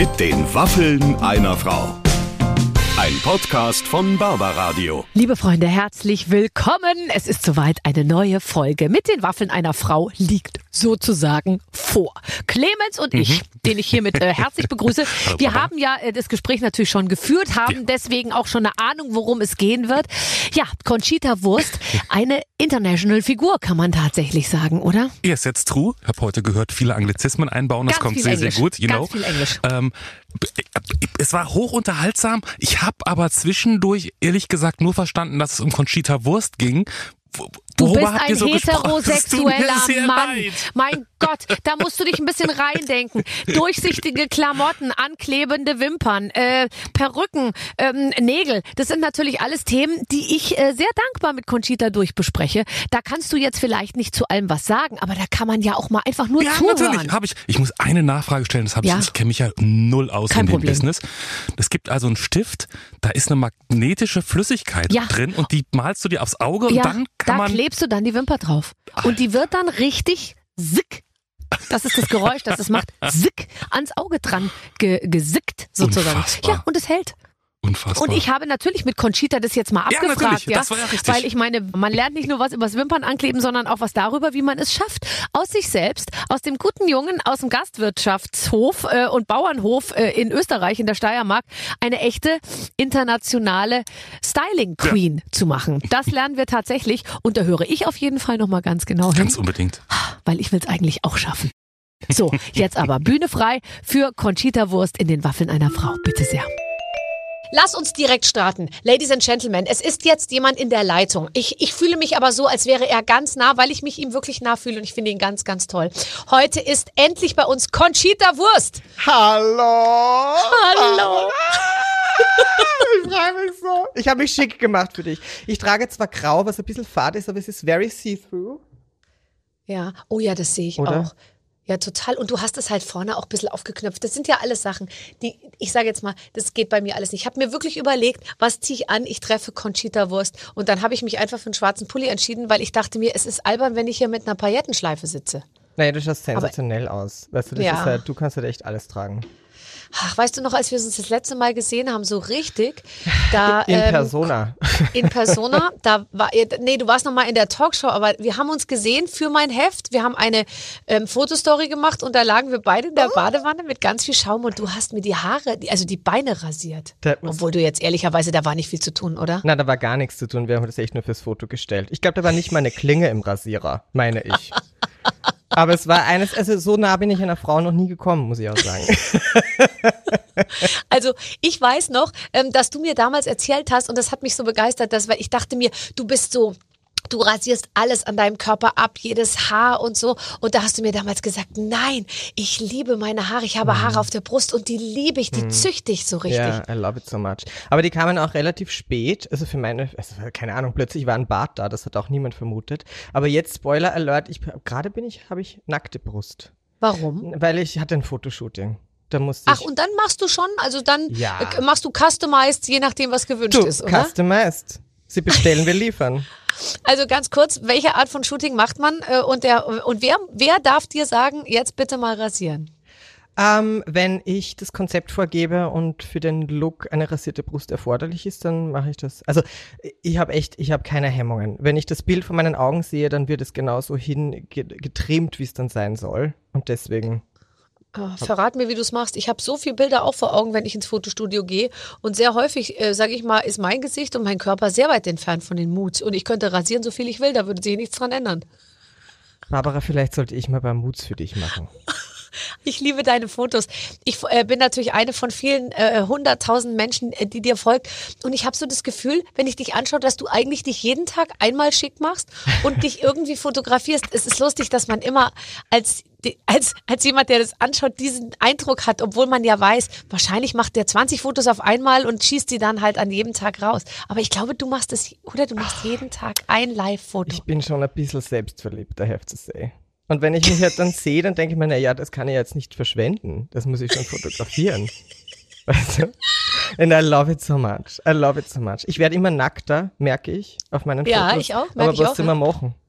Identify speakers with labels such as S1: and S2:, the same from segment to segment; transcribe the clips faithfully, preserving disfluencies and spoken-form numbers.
S1: Mit den Waffeln einer Frau. Ein Podcast von Barbaradio.
S2: Liebe Freunde, herzlich willkommen. Es ist soweit, eine neue Folge mit den Waffeln einer Frau liegt sozusagen vor. Clemens und ich, mhm. den ich hiermit äh, herzlich begrüße. Wir haben ja äh, das Gespräch natürlich schon geführt, haben ja. deswegen auch schon eine Ahnung, worum es gehen wird. Ja, Conchita Wurst, eine international Figur, kann man tatsächlich sagen, oder?
S3: Yes, that's true. Ich habe heute gehört, viele Anglizismen einbauen. Das
S2: Ganz
S3: kommt
S2: viel
S3: sehr,
S2: Englisch.
S3: sehr gut. You
S2: Ganz
S3: know.
S2: viel Englisch.
S3: Ähm, es war hochunterhaltsam. Ich habe aber zwischendurch ehrlich gesagt nur verstanden, dass es um Conchita Wurst ging.
S2: Du
S3: Worüber
S2: bist
S3: habt
S2: ein
S3: ihr so
S2: heterosexueller Mann.
S3: Leid.
S2: Mein Gott, da musst du dich ein bisschen reindenken. Durchsichtige Klamotten, anklebende Wimpern, äh, Perücken, ähm, Nägel. Das sind natürlich alles Themen, die ich äh, sehr dankbar mit Conchita durchbespreche. Da kannst du jetzt vielleicht nicht zu allem was sagen, aber da kann man ja auch mal einfach nur
S3: ja,
S2: zuhören.
S3: Ja, natürlich. Hab ich. Ich muss eine Nachfrage stellen. Das habe
S2: ja.
S3: ich. Ich kenne mich ja null aus
S2: Kein
S3: in dem
S2: Problem.
S3: Business. Es gibt also einen Stift, da ist eine magnetische Flüssigkeit
S2: ja.
S3: drin und die malst du dir aufs Auge und
S2: ja,
S3: dann kann
S2: da
S3: man...
S2: klebst du dann die Wimper drauf. Und die wird dann richtig sick. Das ist das Geräusch, das es macht. Sick ans Auge dran ge gesickt sozusagen.
S3: Unfassbar.
S2: Ja, und es hält.
S3: Unfassbar.
S2: Und ich habe natürlich mit Conchita das jetzt mal
S3: ja,
S2: abgefragt, ja,
S3: das war ja richtig.
S2: Weil ich meine, man lernt nicht nur was über das Wimpern ankleben, sondern auch was darüber, wie man es schafft, aus sich selbst, aus dem guten Jungen, aus dem Gastwirtschaftshof äh, und Bauernhof äh, in Österreich, in der Steiermark, eine echte internationale Styling Queen ja. zu machen. Das lernen wir tatsächlich und da höre ich auf jeden Fall nochmal ganz genau hin.
S3: Ganz unbedingt.
S2: Weil ich will es eigentlich auch schaffen. So, jetzt aber Bühne frei für Conchita Wurst in den Waffeln einer Frau. Bitte sehr. Lass uns direkt starten. Ladies and Gentlemen, es ist jetzt jemand in der Leitung. Ich, ich fühle mich aber so, als wäre er ganz nah, weil ich mich ihm wirklich nah fühle und ich finde ihn ganz, ganz toll. Heute ist endlich bei uns Conchita Wurst.
S4: Hallo.
S2: Hallo.
S4: Ich freue mich so. Ich habe mich schick gemacht für dich. Ich trage zwar grau, was ein bisschen fad ist, aber es ist very see-through.
S2: Ja, oh ja, das sehe ich
S4: Oder?
S2: auch. Ja, total. Und du hast es halt vorne auch ein bisschen aufgeknöpft. Das sind ja alles Sachen, die, ich sage jetzt mal, das geht bei mir alles nicht. Ich habe mir wirklich überlegt, was ziehe ich an? Ich treffe Conchita Wurst. Und dann habe ich mich einfach für einen schwarzen Pulli entschieden, weil ich dachte mir, es ist albern, wenn ich hier mit einer Paillettenschleife sitze.
S4: Naja, du schaust sensationell Aber, aus. Weißt du, das
S2: ja.
S4: ist halt, du kannst halt echt alles tragen.
S2: Ach, weißt du noch, als wir uns das letzte Mal gesehen haben, so richtig, da...
S4: In
S2: ähm,
S4: Persona.
S2: In Persona, da war, nee, du warst noch mal in der Talkshow, aber wir haben uns gesehen für mein Heft, wir haben eine ähm, Fotostory gemacht und da lagen wir beide in der Badewanne mit ganz viel Schaum und du hast mir die Haare, die, also die Beine rasiert. Obwohl du jetzt ehrlicherweise, da war nicht viel zu tun, oder?
S4: Na, da war gar nichts zu tun, wir haben das echt nur fürs Foto gestellt. Ich glaube, da war nicht mal eine Klinge im Rasierer, meine ich. Aber es war eines, also so nah bin ich einer Frau noch nie gekommen, muss ich auch sagen.
S2: Also ich weiß noch, ähm, dass du mir damals erzählt hast und das hat mich so begeistert, dass, weil ich dachte mir, du bist so, du rasierst alles an deinem Körper ab, jedes Haar und so. Und da hast du mir damals gesagt, nein, ich liebe meine Haare, ich habe Haare auf der Brust und die liebe ich, die züchte ich so richtig.
S4: Ja, I love it so much. Aber die kamen auch relativ spät, also für meine, also keine Ahnung, plötzlich war ein Bart da, das hat auch niemand vermutet. Aber jetzt, Spoiler Alert, ich gerade bin ich, habe ich nackte Brust.
S2: Warum?
S4: Weil ich hatte ein Fotoshooting. Da musste ich
S2: Ach, und dann machst du schon, also dann
S4: ja.
S2: äh, machst du customized, je nachdem, was gewünscht
S4: du,
S2: ist, oder?
S4: Customized. Sie bestellen, wir liefern.
S2: Also ganz kurz, welche Art von Shooting macht man äh, und, der, und wer, wer darf dir sagen, jetzt bitte mal rasieren?
S4: Ähm, wenn ich das Konzept vorgebe und für den Look eine rasierte Brust erforderlich ist, dann mache ich das. Also ich habe echt, ich habe keine Hemmungen. Wenn ich das Bild vor meinen Augen sehe, dann wird es genauso hingetrimmt, wie es dann sein soll. Und deswegen...
S2: Oh, verrat mir, wie du es machst. Ich habe so viele Bilder auch vor Augen, wenn ich ins Fotostudio gehe. Und sehr häufig, äh, sage ich mal, ist mein Gesicht und mein Körper sehr weit entfernt von den Moods. Und ich könnte rasieren, so viel ich will, da würde sich nichts dran ändern.
S4: Barbara, vielleicht sollte ich mal bei Moods für dich machen.
S2: Ich liebe deine Fotos. Ich äh, bin natürlich eine von vielen äh, hunderttausend Menschen, äh, die dir folgt. Und ich habe so das Gefühl, wenn ich dich anschaue, dass du eigentlich dich jeden Tag einmal schick machst und dich irgendwie fotografierst. Es ist lustig, dass man immer als als als jemand, der das anschaut, diesen Eindruck hat, obwohl man ja weiß, wahrscheinlich macht der zwanzig Fotos auf einmal und schießt die dann halt an jedem Tag raus. Aber ich glaube, du machst es, oder du machst jeden Tag ein Live-Foto.
S4: Ich bin schon ein bisschen selbstverliebt, I have to say. Und wenn ich mich halt dann sehe, dann denke ich mir, naja, das kann ich jetzt nicht verschwenden. Das muss ich schon fotografieren. Weißt du? And I love it so much. I love it so much. Ich werde immer nackter, merke ich, auf meinen
S2: ja,
S4: Fotos.
S2: Ja, ich auch. Merke
S4: aber
S2: ich
S4: was
S2: auch,
S4: soll
S2: ja.
S4: man machen?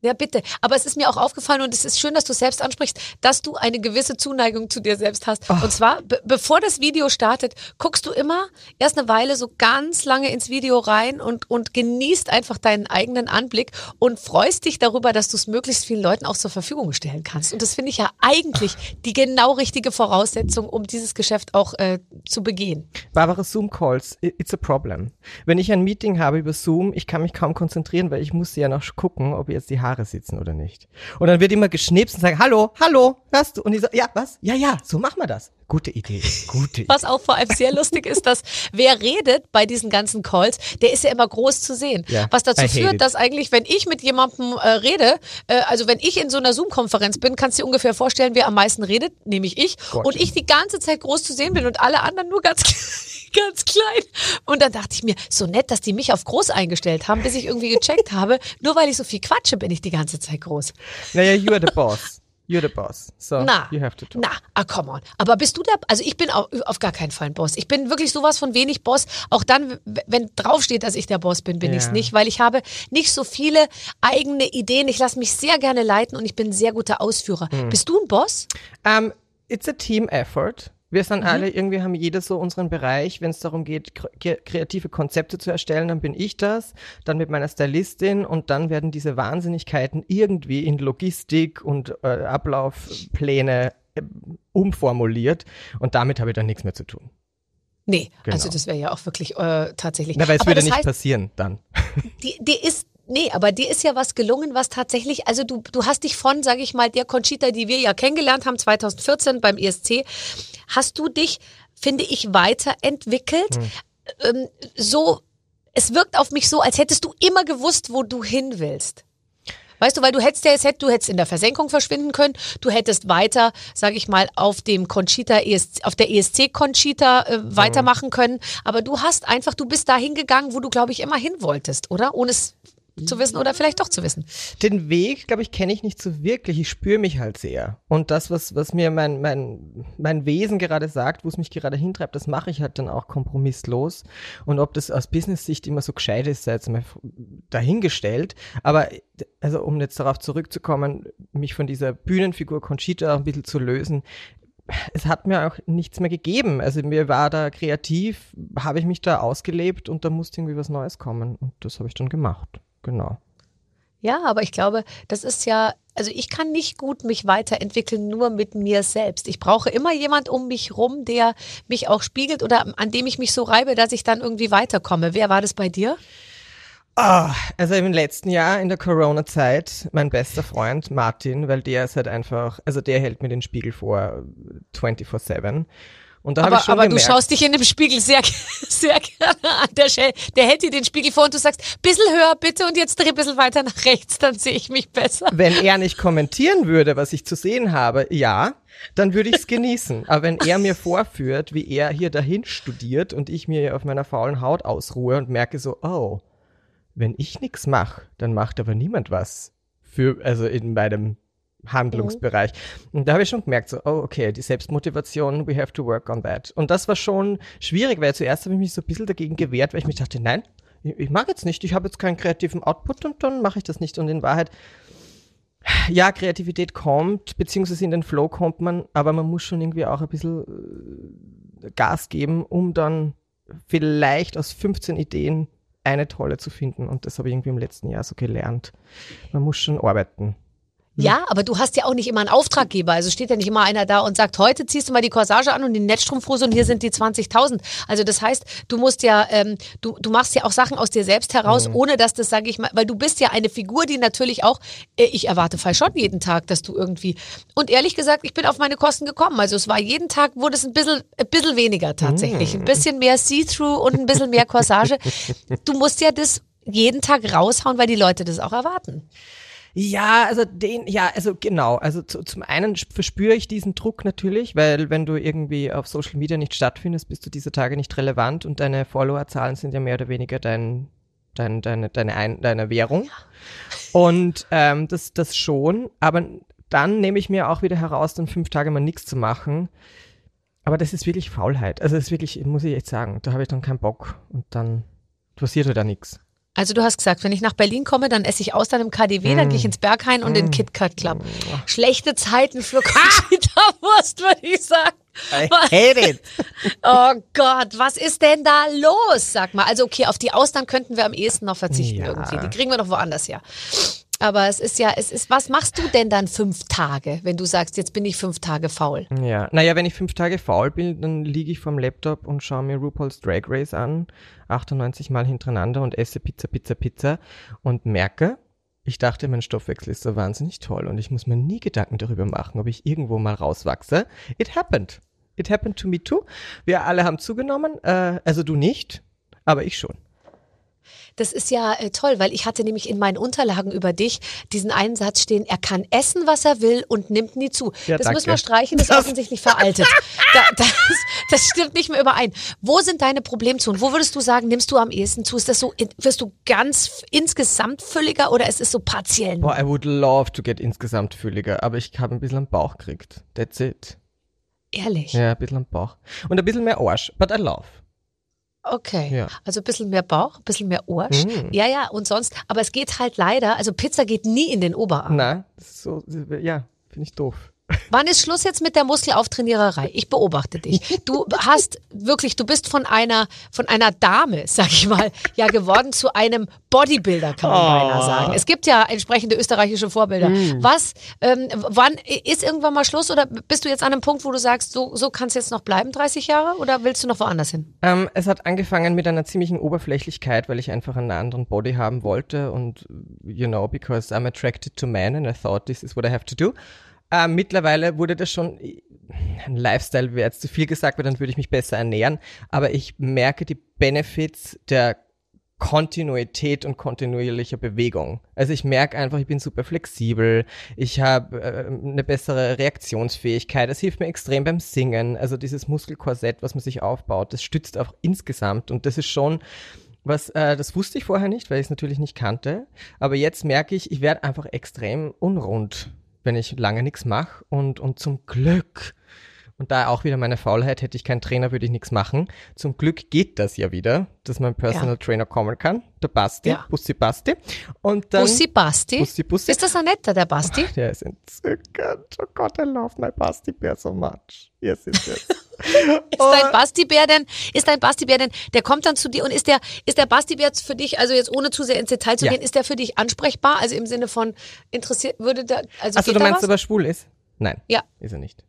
S2: Ja, bitte. Aber es ist mir auch aufgefallen und es ist schön, dass du selbst ansprichst, dass du eine gewisse Zuneigung zu dir selbst hast. Oh. Und zwar, be- bevor das Video startet, guckst du immer erst eine Weile so ganz lange ins Video rein und, und genießt einfach deinen eigenen Anblick und freust dich darüber, dass du es möglichst vielen Leuten auch zur Verfügung stellen kannst. Und das finde ich ja eigentlich die genau richtige Voraussetzung, um dieses Geschäft auch äh, zu begehen.
S4: Barbara, Zoom-Calls, it's a problem. Wenn ich ein Meeting habe über Zoom, ich kann mich kaum konzentrieren, weil ich muss ja noch gucken, ob jetzt die Haare sitzen oder nicht. Und dann wird immer geschnipst und sagen, hallo, hallo, hörst du? Und ich so, ja, was? Ja, ja, so machen wir das. Gute Idee, gute Idee.
S2: Was auch vor allem sehr lustig ist, dass wer redet bei diesen ganzen Calls, der ist ja immer groß zu sehen.
S4: Ja,
S2: was dazu
S4: I hate
S2: führt,
S4: it.
S2: dass eigentlich, wenn ich mit jemandem äh, rede, äh, also wenn ich in so einer Zoom-Konferenz bin, kannst du dir ungefähr vorstellen, wer am meisten redet, nämlich ich.
S4: Gott.
S2: Und ich die ganze Zeit groß zu sehen bin und alle anderen nur ganz ganz klein. Und dann dachte ich mir, so nett, dass die mich auf groß eingestellt haben, bis ich irgendwie gecheckt habe, nur weil ich so viel quatsche, bin ich die ganze Zeit groß.
S4: Naja, you are the boss. You're the boss. So,
S2: Na,
S4: you have to talk.
S2: na, ah, come on. Aber bist du da, also ich bin auf, auf gar keinen Fall ein Boss. Ich bin wirklich sowas von wenig Boss. Auch dann, wenn draufsteht, dass ich der Boss bin, bin
S4: Ja.
S2: ich es nicht, weil ich habe nicht so viele eigene Ideen. Ich lasse mich sehr gerne leiten und ich bin ein sehr guter Ausführer.
S4: Hm.
S2: Bist du ein Boss?
S4: Um, it's a team effort. Wir sind alle, irgendwie haben jeder so unseren Bereich. Wenn es darum geht, kre- kreative Konzepte zu erstellen, dann bin ich das, dann mit meiner Stylistin und dann werden diese Wahnsinnigkeiten irgendwie in Logistik und äh, Ablaufpläne äh, umformuliert und damit habe ich dann nichts mehr zu tun.
S2: Nee,
S4: Genau.
S2: also das wäre ja auch wirklich äh, tatsächlich.
S4: Na, weil es
S2: Aber
S4: würde
S2: das
S4: nicht
S2: heißt,
S4: passieren dann.
S2: die, die ist, nee, aber dir ist ja was gelungen, was tatsächlich, also du, du hast dich von, sage ich mal, der Conchita, die wir ja kennengelernt haben, zwanzig vierzehn beim E S C, hast du dich, finde ich, weiterentwickelt.
S4: Hm.
S2: Ähm, so, es wirkt auf mich so, als hättest du immer gewusst, wo du hin willst. Weißt du, weil du hättest ja jetzt, du hättest in der Versenkung verschwinden können, du hättest weiter, sage ich mal, auf dem Conchita, E S C, auf der E S C Conchita äh, weitermachen können, aber du hast einfach, du bist dahin gegangen, wo du, glaube ich, immer hin wolltest, oder? Ohne es zu wissen oder vielleicht doch zu wissen.
S4: Den Weg, glaube ich, kenne ich nicht so wirklich. Ich spüre mich halt sehr. Und das, was, was mir mein, mein, mein Wesen gerade sagt, wo es mich gerade hintreibt, das mache ich halt dann auch kompromisslos. Und ob das aus Business-Sicht immer so gescheit ist, sei jetzt mal dahingestellt. Aber also um jetzt darauf zurückzukommen, mich von dieser Bühnenfigur Conchita auch ein bisschen zu lösen, es hat mir auch nichts mehr gegeben. Also mir war da kreativ, habe ich mich da ausgelebt und da musste irgendwie was Neues kommen. Und das habe ich dann gemacht. Genau.
S2: Ja, aber ich glaube, das ist ja, also ich kann nicht gut mich weiterentwickeln, nur mit mir selbst. Ich brauche immer jemand um mich rum, der mich auch spiegelt oder an dem ich mich so reibe, dass ich dann irgendwie weiterkomme. Wer war das bei dir?
S4: Ah, also im letzten Jahr in der Corona-Zeit mein bester Freund Martin, weil der ist halt einfach, also der hält mir den Spiegel vor vierundzwanzig sieben. Und da habe
S2: Aber,
S4: ich schon
S2: aber du
S4: gemerkt,
S2: schaust dich in dem Spiegel sehr, sehr gerne an. Der, Schell, der hält dir den Spiegel vor und du sagst, bisschen höher bitte und jetzt dreh ein bisschen weiter nach rechts, dann sehe ich mich besser.
S4: wenn er nicht kommentieren würde, was ich zu sehen habe, ja, dann würde ich es genießen. Aber wenn er mir vorführt, wie er hier dahin studiert und ich mir auf meiner faulen Haut ausruhe und merke so, oh, wenn ich nichts mache, dann macht aber niemand was für, also in meinem Handlungsbereich. Und da habe ich schon gemerkt, so, oh, okay, die Selbstmotivation, we have to work on that. Und das war schon schwierig, weil zuerst habe ich mich so ein bisschen dagegen gewehrt, weil ich mich dachte, nein, ich, ich mag jetzt nicht, ich habe jetzt keinen kreativen Output und dann mache ich das nicht. Und in Wahrheit, ja, Kreativität kommt, beziehungsweise in den Flow kommt man, aber man muss schon irgendwie auch ein bisschen äh, Gas geben, um dann vielleicht aus fünfzehn Ideen eine tolle zu finden. Und das habe ich irgendwie im letzten Jahr so gelernt. Man muss schon arbeiten.
S2: Ja, aber du hast ja auch nicht immer einen Auftraggeber. Also steht ja nicht immer einer da und sagt, heute ziehst du mal die Corsage an und die Netzstrumpfhose und hier sind die zwanzigtausend. Also das heißt, du musst ja, ähm, du, du machst ja auch Sachen aus dir selbst heraus, mhm. ohne dass das, sage ich mal, weil du bist ja eine Figur, die natürlich auch, äh, ich erwarte fast schon jeden Tag, dass du irgendwie, und ehrlich gesagt, ich bin auf meine Kosten gekommen. Also es war jeden Tag, wurde es ein bisschen, ein bisschen weniger tatsächlich.
S4: Mhm.
S2: Ein bisschen mehr See-Through und ein bisschen mehr Corsage. Du musst ja das jeden Tag raushauen, weil die Leute das auch erwarten.
S4: Ja, also den, ja, also genau. Also zu, zum einen verspüre ich diesen Druck natürlich, weil wenn du irgendwie auf Social Media nicht stattfindest, bist du diese Tage nicht relevant und deine Followerzahlen sind ja mehr oder weniger dein, dein, deine, deine, Ein, deine Währung. Und ähm, das, das schon, aber dann nehme ich mir auch wieder heraus, dann fünf Tage mal nichts zu machen. Aber das ist wirklich Faulheit. Also das ist wirklich, muss ich echt sagen, da habe ich dann keinen Bock und dann passiert halt da nichts.
S2: Also du hast gesagt, wenn ich nach Berlin komme, dann esse ich Austern im K D W, mm. dann gehe ich ins Berghain und mm. in den KitKat Club. Mm. Schlechte Zeiten für Conchita-Wurst, würde ich sagen.
S4: I hate it.
S2: Oh Gott, was ist denn da los? Sag mal. Also okay, auf die Austern könnten wir am ehesten noch verzichten
S4: ja.
S2: irgendwie. Die kriegen wir doch woanders her. Aber es ist ja, es ist, was machst du denn dann fünf Tage, wenn du sagst, jetzt bin ich fünf Tage faul?
S4: Ja, naja, wenn ich fünf Tage faul bin, dann liege ich vorm Laptop und schaue mir RuPaul's Drag Race an, achtundneunzig Mal hintereinander und esse Pizza, Pizza, Pizza und merke, ich dachte, mein Stoffwechsel ist so wahnsinnig toll und ich muss mir nie Gedanken darüber machen, ob ich irgendwo mal rauswachse. It happened. It happened to me too. Wir alle haben zugenommen, äh, also du nicht, aber ich schon.
S2: Das ist ja äh, toll, weil ich hatte nämlich in meinen Unterlagen über dich diesen einen Satz stehen, er kann essen, was er will und nimmt nie zu.
S4: Ja,
S2: das
S4: danke.
S2: müssen wir streichen, das ist offensichtlich veraltet. Da, das, das stimmt nicht mehr überein. Wo sind deine Problemzonen? Wo würdest du sagen, nimmst du am ehesten zu? Ist das so, wirst du ganz insgesamt fülliger oder ist es so partiell?
S4: Boah, I would love to get insgesamt fülliger, aber ich habe ein bisschen am Bauch gekriegt. That's it.
S2: Ehrlich?
S4: Ja, ein bisschen am Bauch. Und ein bisschen mehr Arsch, but I love.
S2: Okay,
S4: ja.
S2: Also ein bisschen mehr Bauch, ein bisschen mehr Arsch. Mm. Ja, ja, und sonst, aber es geht halt leider, also Pizza geht nie in den Oberarm.
S4: Nein, das ist so, ja, finde ich doof.
S2: Wann ist Schluss jetzt mit der Muskelauftrainiererei? Ich beobachte dich. Du hast wirklich, du bist von einer, von einer Dame, sag ich mal, ja geworden zu einem Bodybuilder, kann man oh. beinahe sagen. Es gibt ja entsprechende österreichische Vorbilder. Mm. Was, ähm, wann ist irgendwann mal Schluss oder bist du jetzt an einem Punkt, wo du sagst, so, so kann es jetzt noch bleiben, dreißig Jahre, oder willst du noch woanders hin?
S4: Ähm, es hat angefangen mit einer ziemlichen Oberflächlichkeit, weil ich einfach einen anderen Body haben wollte und, you know, because I'm attracted to men and I thought this is what I have to do. Äh, mittlerweile wurde das schon, ein Lifestyle wäre jetzt zu viel gesagt, weil dann würde ich mich besser ernähren, aber ich merke die Benefits der Kontinuität und kontinuierlicher Bewegung. Also ich merke einfach, ich bin super flexibel, ich habe äh, eine bessere Reaktionsfähigkeit, das hilft mir extrem beim Singen, also dieses Muskelkorsett, was man sich aufbaut, das stützt auch insgesamt und das ist schon was, äh, das wusste ich vorher nicht, weil ich es natürlich nicht kannte, aber jetzt merke ich, ich werde einfach extrem unrund, wenn ich lange nichts mache und, und zum Glück, und da auch wieder meine Faulheit, hätte ich keinen Trainer, würde ich nichts machen. Zum Glück geht das ja wieder, dass mein Personal ja. Trainer kommen kann, der Basti, ja. Bussi Basti. Und dann,
S2: Bussi Basti?
S4: Bussi Bussi.
S2: Ist das ein netter, der Basti?
S4: Oh, der ist entzückend. Oh Gott, I love my Basti Bear so much. Yes, yes, yes.
S2: Ist dein Basti-Bär denn, ist dein Basti-Bär denn, der kommt dann zu dir und ist der, ist der Basti-Bär für dich, also jetzt ohne zu sehr ins Detail zu
S4: ja.
S2: gehen, ist der für dich ansprechbar? Also im Sinne von interessiert, würde der, also
S4: Achso, du meinst, ob er schwul ist? Nein.
S2: Ja.
S4: Ist er nicht.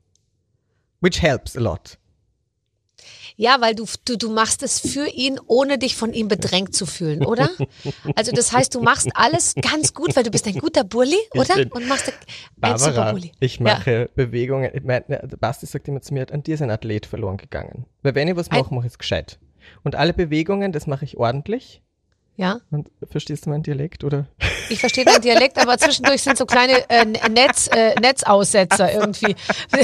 S4: Which helps a lot.
S2: Ja, weil du, du, du machst es für ihn, ohne dich von ihm bedrängt zu fühlen, oder? Also das heißt, du machst alles ganz gut, weil du bist ein guter Bulli, oder? Und machst ein
S4: Barbara,
S2: super Bulli.
S4: Ich mache ja. Bewegungen. Ich mein, Basti sagt immer zu mir, an dir ist ein Athlet verloren gegangen. Weil wenn ich was mache, mache ich es gescheit. Und alle Bewegungen, das mache ich ordentlich.
S2: Ja.
S4: Und verstehst du meinen Dialekt, oder?
S2: Ich verstehe deinen Dialekt, aber zwischendurch sind so kleine äh, Netz, äh, Netzaussetzer irgendwie.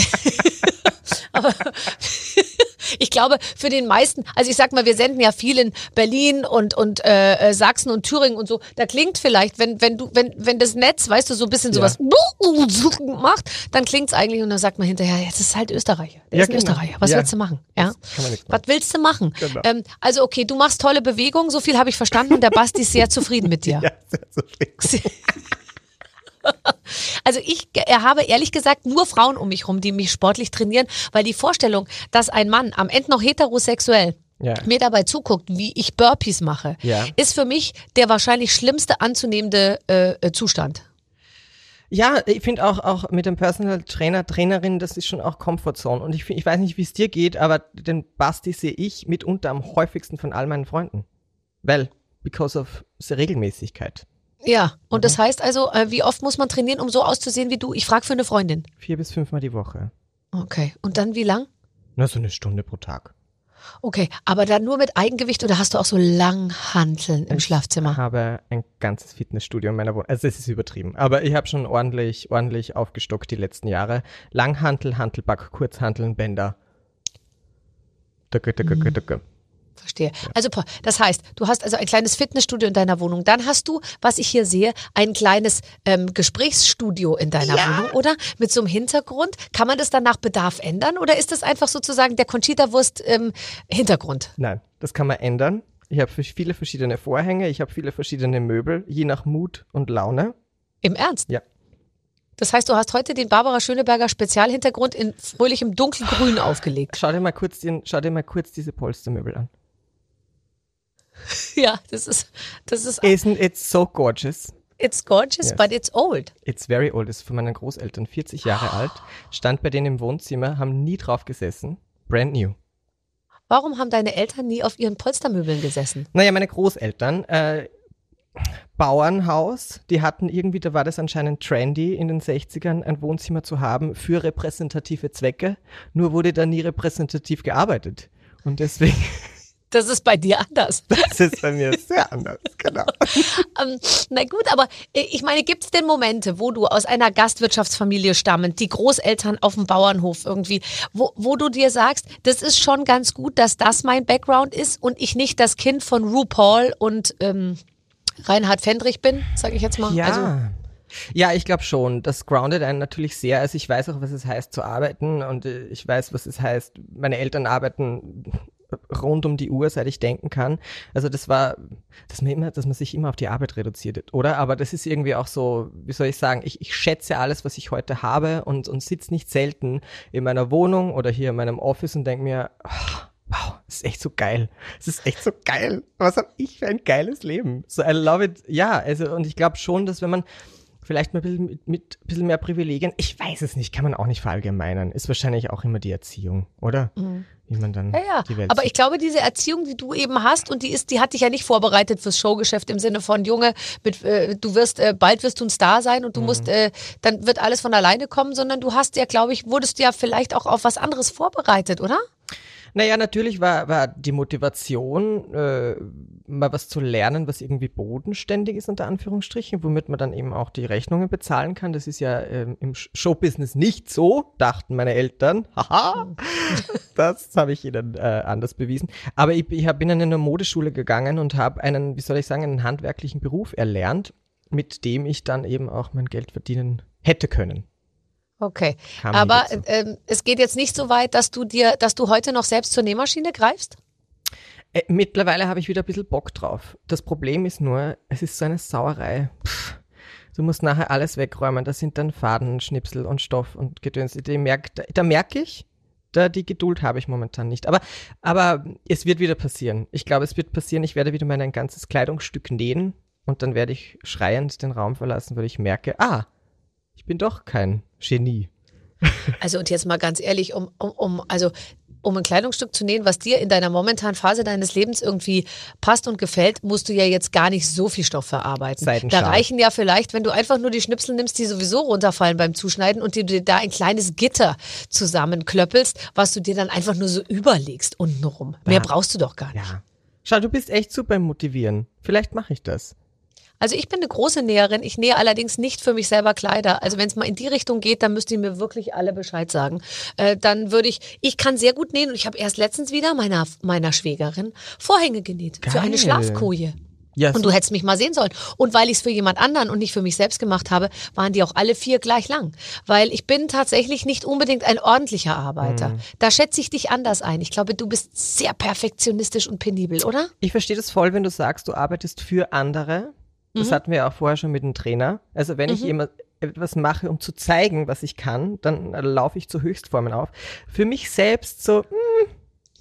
S2: Aber ich glaube, für den meisten, also ich sag mal, wir senden ja viel in Berlin und und äh, Sachsen und Thüringen und so. Da klingt vielleicht, wenn wenn du wenn wenn das Netz, weißt du, so ein bisschen sowas ja. macht, dann klingt's eigentlich und dann sagt man hinterher, jetzt ist halt Österreicher. Der
S4: ja,
S2: ist ein
S4: genau.
S2: Österreicher. Was
S4: ja.
S2: willst du machen? Ja.
S4: Kann man nicht
S2: machen. Was willst du machen?
S4: Genau.
S2: Ähm, also okay, du machst tolle Bewegungen, so viel habe ich verstanden und der Basti ist sehr zufrieden mit dir.
S4: Ja, sehr zufrieden.
S2: Also ich habe ehrlich gesagt nur Frauen um mich rum, die mich sportlich trainieren, weil die Vorstellung, dass ein Mann am Ende noch heterosexuell ja. mir dabei zuguckt, wie ich Burpees mache,
S4: ja.
S2: ist für mich der wahrscheinlich schlimmste anzunehmende äh, Zustand.
S4: Ja, ich finde auch, auch mit dem Personal Trainer, Trainerin, das ist schon auch Comfortzone. Und ich, find, ich weiß nicht, wie es dir geht, aber den Basti sehe ich mitunter am häufigsten von all meinen Freunden. Weil, because of the Regelmäßigkeit.
S2: Ja, und
S4: mhm.
S2: das heißt also, äh, wie oft muss man trainieren, um so auszusehen wie du? Ich frage für eine Freundin.
S4: Vier bis fünfmal die Woche.
S2: Okay, und dann wie lang?
S4: Na, so eine Stunde pro Tag.
S2: Okay, aber dann nur mit Eigengewicht oder hast du auch so Langhanteln im
S4: ich
S2: Schlafzimmer?
S4: Ich habe ein ganzes Fitnessstudio in meiner Wohnung. Also es ist übertrieben, aber ich habe schon ordentlich, ordentlich aufgestockt die letzten Jahre. Langhantel, Hantelback, Kurzhanteln, Bänder. Dücke, dücke, dücke, dücke.
S2: Verstehe. Also das heißt, du hast also ein kleines Fitnessstudio in deiner Wohnung. Dann hast du, was ich hier sehe, ein kleines ähm, Gesprächsstudio in deiner ja. Wohnung, oder? Mit so einem Hintergrund. Kann man das dann nach Bedarf ändern oder ist das einfach sozusagen der Conchita-Wurst ähm, Hintergrund?
S4: Nein, das kann man ändern. Ich habe viele verschiedene Vorhänge, ich habe viele verschiedene Möbel, je nach Mut und Laune.
S2: Im Ernst?
S4: Ja.
S2: Das heißt, du hast heute den Barbara Schöneberger Spezialhintergrund in fröhlichem Dunkelgrün aufgelegt.
S4: Schau dir mal kurz, den, schau dir mal kurz diese Polstermöbel an.
S2: Ja, das ist, das ist,
S4: Isn't it so gorgeous?
S2: it's gorgeous,
S4: Yes.
S2: but it's old.
S4: It's very old, ist von meinen Großeltern, vierzig Jahre alt, stand bei denen im Wohnzimmer, haben nie drauf gesessen, brand new.
S2: Warum haben deine Eltern nie auf ihren Polstermöbeln gesessen?
S4: Naja, meine Großeltern, äh, Bauernhaus, die hatten irgendwie, da war das anscheinend trendy in den sechzigern, ein Wohnzimmer zu haben für repräsentative Zwecke, nur wurde da nie repräsentativ gearbeitet. Und deswegen,
S2: Das ist bei dir anders.
S4: das ist bei mir sehr anders, genau.
S2: Ähm, na gut, aber äh, ich meine, gibt es denn Momente, wo du aus einer Gastwirtschaftsfamilie stammend, die Großeltern auf dem Bauernhof irgendwie, wo, wo du dir sagst, das ist schon ganz gut, dass das mein Background ist und ich nicht das Kind von RuPaul und ähm, Reinhard Fendrich bin, sage ich jetzt mal.
S4: Ja.
S2: Also,
S4: Ja, ich glaube schon. Das groundet einen natürlich sehr. Also ich weiß auch, was es heißt zu arbeiten und äh, ich weiß, was es heißt, meine Eltern arbeiten rund um die Uhr, seit ich denken kann. Also das war, dass man immer, dass man sich immer auf die Arbeit reduziert, oder? Aber das ist irgendwie auch so, wie soll ich sagen, ich, ich schätze alles, was ich heute habe und, und sitze nicht selten in meiner Wohnung oder hier in meinem Office und denke mir, oh, wow, das ist echt so geil. Das ist echt so geil. Was habe ich für ein geiles Leben? So, I love it. Ja, also und ich glaube schon, dass wenn man vielleicht mal ein bisschen mit, mit ein bisschen mehr Privilegien, ich weiß es nicht, kann man auch nicht verallgemeinern, ist wahrscheinlich auch immer die Erziehung, oder?
S2: Mhm.
S4: Wie man dann
S2: ja, ja.
S4: die Welt
S2: Aber
S4: sieht.
S2: ich glaube, diese Erziehung, die du eben hast und die ist, die hat dich ja nicht vorbereitet fürs Showgeschäft im Sinne von, Junge, mit, äh, du wirst, äh, bald wirst du ein Star sein und du
S4: Mhm.
S2: musst, äh, dann wird alles von alleine kommen, sondern du hast ja, glaube ich, wurdest ja vielleicht auch auf was anderes vorbereitet, oder?
S4: Naja, natürlich war, war die Motivation, äh, mal was zu lernen, was irgendwie bodenständig ist, unter Anführungsstrichen, womit man dann eben auch die Rechnungen bezahlen kann. Das ist ja ähm, im Showbusiness nicht so, dachten meine Eltern. Haha, das habe ich ihnen äh, anders bewiesen. Aber ich, ich hab, bin in eine Modeschule gegangen und habe einen, wie soll ich sagen, einen handwerklichen Beruf erlernt, mit dem ich dann eben auch mein Geld verdienen hätte können.
S2: Okay,
S4: Kam nie
S2: aber
S4: dazu.
S2: ähm, es geht jetzt nicht so weit, dass du dir, dass du heute noch selbst zur Nähmaschine greifst?
S4: Äh, mittlerweile habe ich wieder ein bisschen Bock drauf. Das Problem ist nur, es ist so eine Sauerei. Pff, du musst nachher alles wegräumen. Da sind dann Faden, Schnipsel und Stoff und Gedöns. Da, merk, da, da merke ich, da die Geduld habe ich momentan nicht. Aber, aber es wird wieder passieren. Ich glaube, es wird passieren. Ich werde wieder mal ein ganzes Kleidungsstück nähen und dann werde ich schreiend den Raum verlassen, weil ich merke, ah, ich bin doch kein Genie.
S2: Also und jetzt mal ganz ehrlich, um, um, um also um ein Kleidungsstück zu nähen, was dir in deiner momentanen Phase deines Lebens irgendwie passt und gefällt, musst du ja jetzt gar nicht so viel Stoff verarbeiten.
S4: Seidenschal.
S2: Da reichen ja vielleicht, wenn du einfach nur die Schnipsel nimmst, die sowieso runterfallen beim Zuschneiden und dir, dir da ein kleines Gitter zusammenklöppelst, was du dir dann einfach nur so überlegst untenrum. Mehr
S4: Ja.
S2: brauchst du doch gar nicht.
S4: Ja. Schau, du bist echt super im Motivieren. Vielleicht mache ich das.
S2: Also ich bin eine große Näherin, ich nähe allerdings nicht für mich selber Kleider. Also wenn es mal in die Richtung geht, dann müsst ihr mir wirklich alle Bescheid sagen. Äh, dann würde ich, ich kann sehr gut nähen und ich habe erst letztens wieder meiner, meiner Schwägerin Vorhänge genäht für eine
S4: Geil.
S2: Schlafkoje.
S4: Ja,
S2: Und du hättest mich mal sehen sollen. Und weil ich es für jemand anderen und nicht für mich selbst gemacht habe, waren die auch alle vier gleich lang. Weil ich bin tatsächlich nicht unbedingt ein ordentlicher Arbeiter.
S4: Mhm.
S2: Da schätze ich dich anders ein. Ich glaube, du bist sehr perfektionistisch und penibel, oder?
S4: Ich verstehe das voll, wenn du sagst, du arbeitest für andere. Das
S2: Mhm.
S4: hatten wir auch vorher schon mit dem Trainer. Also wenn ich
S2: Mhm.
S4: immer etwas mache, um zu zeigen, was ich kann, dann äh, laufe ich zu Höchstformen auf. Für mich selbst so, hm,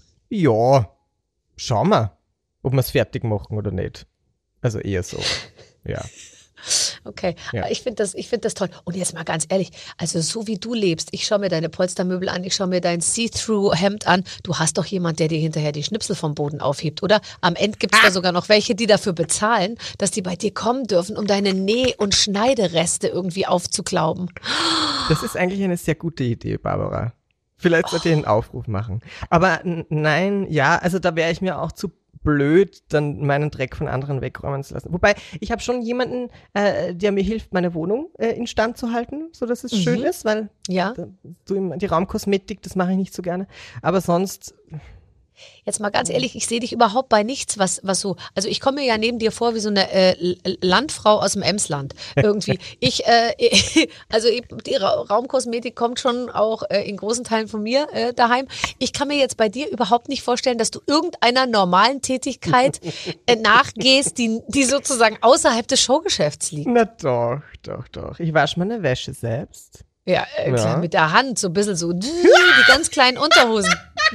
S4: ja, schauen wir, ob wir es fertig machen oder nicht. Also eher so, ja.
S2: Okay,
S4: Ja.
S2: aber ich finde das, ich finde das toll. Und jetzt mal ganz ehrlich, also so wie du lebst, ich schaue mir deine Polstermöbel an, ich schaue mir dein See-Through-Hemd an. Du hast doch jemand, der dir hinterher die Schnipsel vom Boden aufhebt, oder? Am Ende gibt es da sogar noch welche, die dafür bezahlen, dass die bei dir kommen dürfen, um deine Näh- und Schneidereste irgendwie aufzuklauben.
S4: Das ist eigentlich eine sehr gute Idee, Barbara. Vielleicht sollte ich einen Aufruf machen. Aber n- nein, ja, also da wäre ich mir auch zu blöd, dann meinen Dreck von anderen wegräumen zu lassen. Wobei, ich habe schon jemanden, äh, der mir hilft, meine Wohnung äh, instand zu halten, so dass es
S2: Mhm.
S4: schön ist, weil
S2: Ja.
S4: da, du, im- die Raumkosmetik, das mache ich nicht so gerne. Aber sonst,
S2: Jetzt mal ganz ehrlich, ich sehe dich überhaupt bei nichts, was, was so, also ich komme mir ja neben dir vor wie so eine äh, Landfrau aus dem Emsland irgendwie. Ich, äh, also die Ra- Raumkosmetik kommt schon auch äh, in großen Teilen von mir äh, daheim. Ich kann mir jetzt bei dir überhaupt nicht vorstellen, dass du irgendeiner normalen Tätigkeit äh, nachgehst, die, die sozusagen außerhalb des Showgeschäfts liegt.
S4: Na doch, doch, doch. Ich wasche meine Wäsche selbst.
S2: Ja, äh,
S4: Ja.
S2: klar, mit der Hand, so ein bisschen so, die ganz kleinen Unterhosen.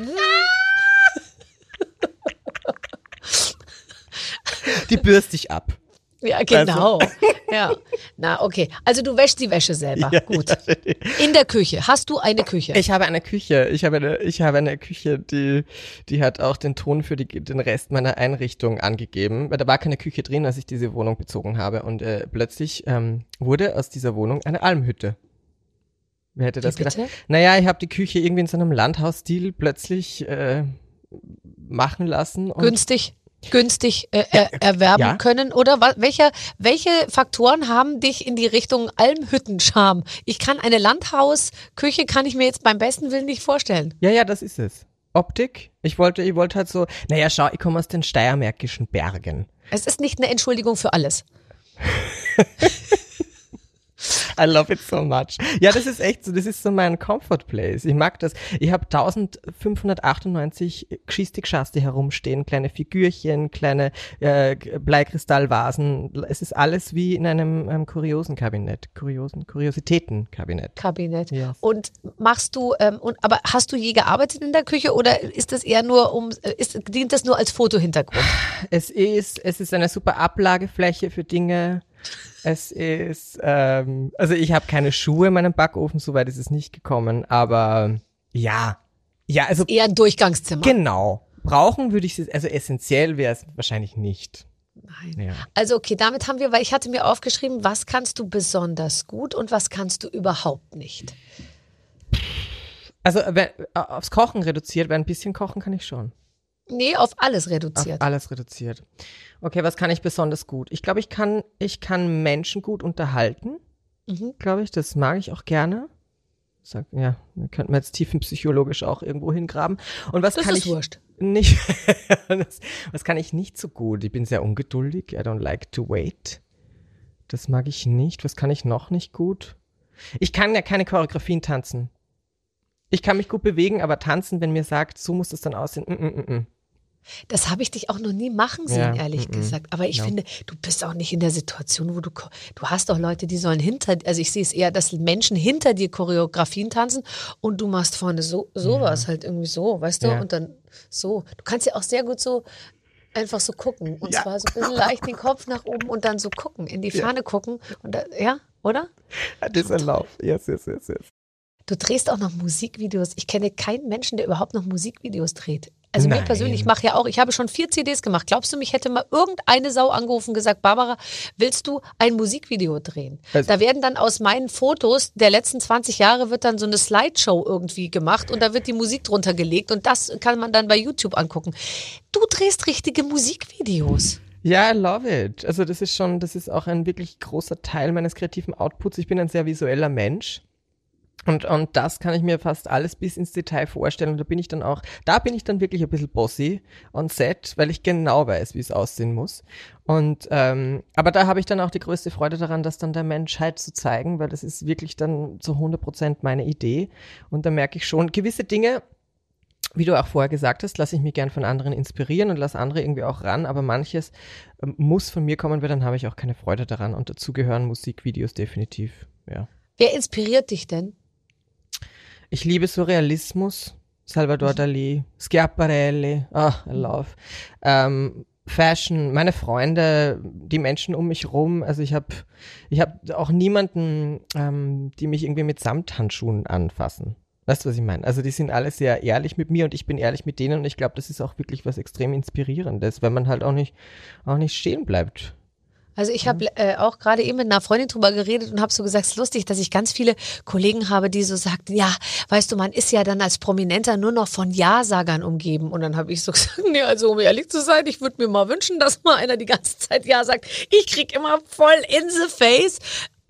S4: Die bürste ich ab.
S2: Ja, genau. Ja. Na, okay. Also du wäschst die Wäsche selber.
S4: Ja,
S2: Gut.
S4: ja.
S2: In der Küche. Hast du eine Küche?
S4: Ich habe eine Küche. Ich habe eine, ich habe eine Küche, die, die hat auch den Ton für die, den Rest meiner Einrichtung angegeben. Weil da war keine Küche drin, als ich diese Wohnung bezogen habe. Und äh, plötzlich ähm, wurde aus dieser Wohnung eine Almhütte. Wer hätte das
S2: Wie
S4: gedacht?
S2: bitte?
S4: Naja, ich habe die Küche irgendwie in so einem Landhausstil plötzlich äh, machen lassen. Und
S2: Günstig. Günstig äh, er, erwerben
S4: ja.
S2: können oder wa- welche, welche Faktoren haben dich in die Richtung Almhüttenscharme? Ich kann eine Landhausküche kann ich mir jetzt beim besten Willen nicht vorstellen.
S4: Ja, ja, das ist es. Optik. Ich wollte, ich wollte halt so, naja, schau, ich komme aus den steiermärkischen Bergen.
S2: Es ist nicht eine Entschuldigung für alles.
S4: I love it so much. Ja, das ist echt so, das ist so mein Comfort Place. Ich mag das. Ich habe eintausendfünfhundertachtundneunzig Geschichte-Geschaste herumstehen, kleine Figürchen, kleine äh, Bleikristallvasen. Es ist alles wie in einem ähm, Kuriosenkabinett, Kuriosen, Kuriositätenkabinett.
S2: Kabinett.
S4: Yes.
S2: Und machst du, ähm, und, aber hast du je gearbeitet in der Küche oder ist das eher nur um, äh, ist, dient das nur als Fotohintergrund?
S4: Es ist, es ist eine super Ablagefläche für Dinge. Es ist, ähm, also ich habe keine Schuhe in meinem Backofen, soweit ist es nicht gekommen, aber ja, ja, also
S2: Eher ein Durchgangszimmer.
S4: genau. Brauchen würde ich es, also essentiell wäre es wahrscheinlich nicht.
S2: Nein.
S4: Ja.
S2: Also okay, damit haben wir, weil ich hatte mir aufgeschrieben, was kannst du besonders gut und was kannst du überhaupt nicht?
S4: Also wenn, aufs Kochen reduziert, weil ein bisschen kochen kann ich schon.
S2: Nee, auf alles
S4: Auf
S2: reduziert.
S4: alles reduziert. Okay, was kann ich besonders gut? Ich glaube, ich kann, ich kann Menschen gut unterhalten.
S2: Mhm.
S4: Glaube ich, das mag ich auch gerne. Sag, ja, da könnten wir jetzt tiefenpsychologisch auch irgendwo hingraben. Und was
S2: Das
S4: kann
S2: ist
S4: ich
S2: wurscht.
S4: nicht? das, was kann ich nicht so gut? Ich bin sehr ungeduldig. I don't like to wait. Das mag ich nicht. Was kann ich noch nicht gut? Ich kann ja keine Choreografien tanzen. Ich kann mich gut bewegen, aber tanzen, wenn mir sagt, so muss es dann aussehen. Mm, mm, mm, mm.
S2: Das habe ich dich auch noch nie machen sehen,
S4: Ja,
S2: ehrlich
S4: mm, mm.
S2: gesagt. Aber ich
S4: No.
S2: finde, du bist auch nicht in der Situation, wo du, ko- du hast doch Leute, die sollen hinter, also ich sehe es eher, dass Menschen hinter dir Choreografien tanzen und du machst vorne so sowas halt irgendwie so, weißt du?
S4: Ja.
S2: Und dann so. Du kannst ja auch sehr gut so einfach so gucken und
S4: Ja.
S2: zwar so ein bisschen leicht den Kopf nach oben und dann so gucken, in die Ferne gucken und da, ja, oder?
S4: Das ist ein Lauf. Yes, yes, yes, yes.
S2: Du drehst auch noch Musikvideos. Ich kenne keinen Menschen, der überhaupt noch Musikvideos dreht. Also mir
S4: Nein.
S2: persönlich, ich mache ja auch, ich habe schon vier C Ds gemacht. Glaubst du, mich hätte mal irgendeine Sau angerufen und gesagt, Barbara, willst du ein Musikvideo drehen?
S4: Also-
S2: Da werden dann aus meinen Fotos der letzten zwanzig Jahre wird dann so eine Slideshow irgendwie gemacht und da wird die Musik drunter gelegt und das kann man dann bei YouTube angucken. Du drehst richtige Musikvideos.
S4: Ja, I love it. Also das ist schon, das ist auch ein wirklich großer Teil meines kreativen Outputs. Ich bin ein sehr visueller Mensch. Und, und das kann ich mir fast alles bis ins Detail vorstellen. Und da bin ich dann auch, da bin ich dann wirklich ein bisschen bossy on set, weil ich genau weiß, wie es aussehen muss. Und, ähm, aber da habe ich dann auch die größte Freude daran, das dann der Menschheit zu zeigen, weil das ist wirklich dann zu hundert Prozent meine Idee. Und da merke ich schon, gewisse Dinge, wie du auch vorher gesagt hast, lasse ich mich gern von anderen inspirieren und lasse andere irgendwie auch ran, aber manches ähm, muss von mir kommen, weil dann habe ich auch keine Freude daran. Und dazu gehören Musikvideos definitiv, ja.
S2: Wer inspiriert dich denn?
S4: Ich liebe Surrealismus, Salvador Dali, Schiaparelli, ah, I love. Ähm, Fashion, meine Freunde, die Menschen um mich rum. Also ich habe ich hab auch niemanden, ähm, die mich irgendwie mit Samthandschuhen anfassen. Weißt du, was ich meine? Also die sind alle sehr ehrlich mit mir und ich bin ehrlich mit denen und ich glaube, das ist auch wirklich was extrem Inspirierendes, wenn man halt auch nicht, auch nicht stehen bleibt.
S2: Also ich habe äh, auch gerade eben mit einer Freundin drüber geredet und habe so gesagt, es ist lustig, dass ich ganz viele Kollegen habe, die so sagten, ja, weißt du, man ist ja dann als Prominenter nur noch von Ja-Sagern umgeben. Und dann habe ich so gesagt, nee, also um ehrlich zu sein, ich würde mir mal wünschen, dass mal einer die ganze Zeit Ja sagt. Ich krieg immer voll in the face.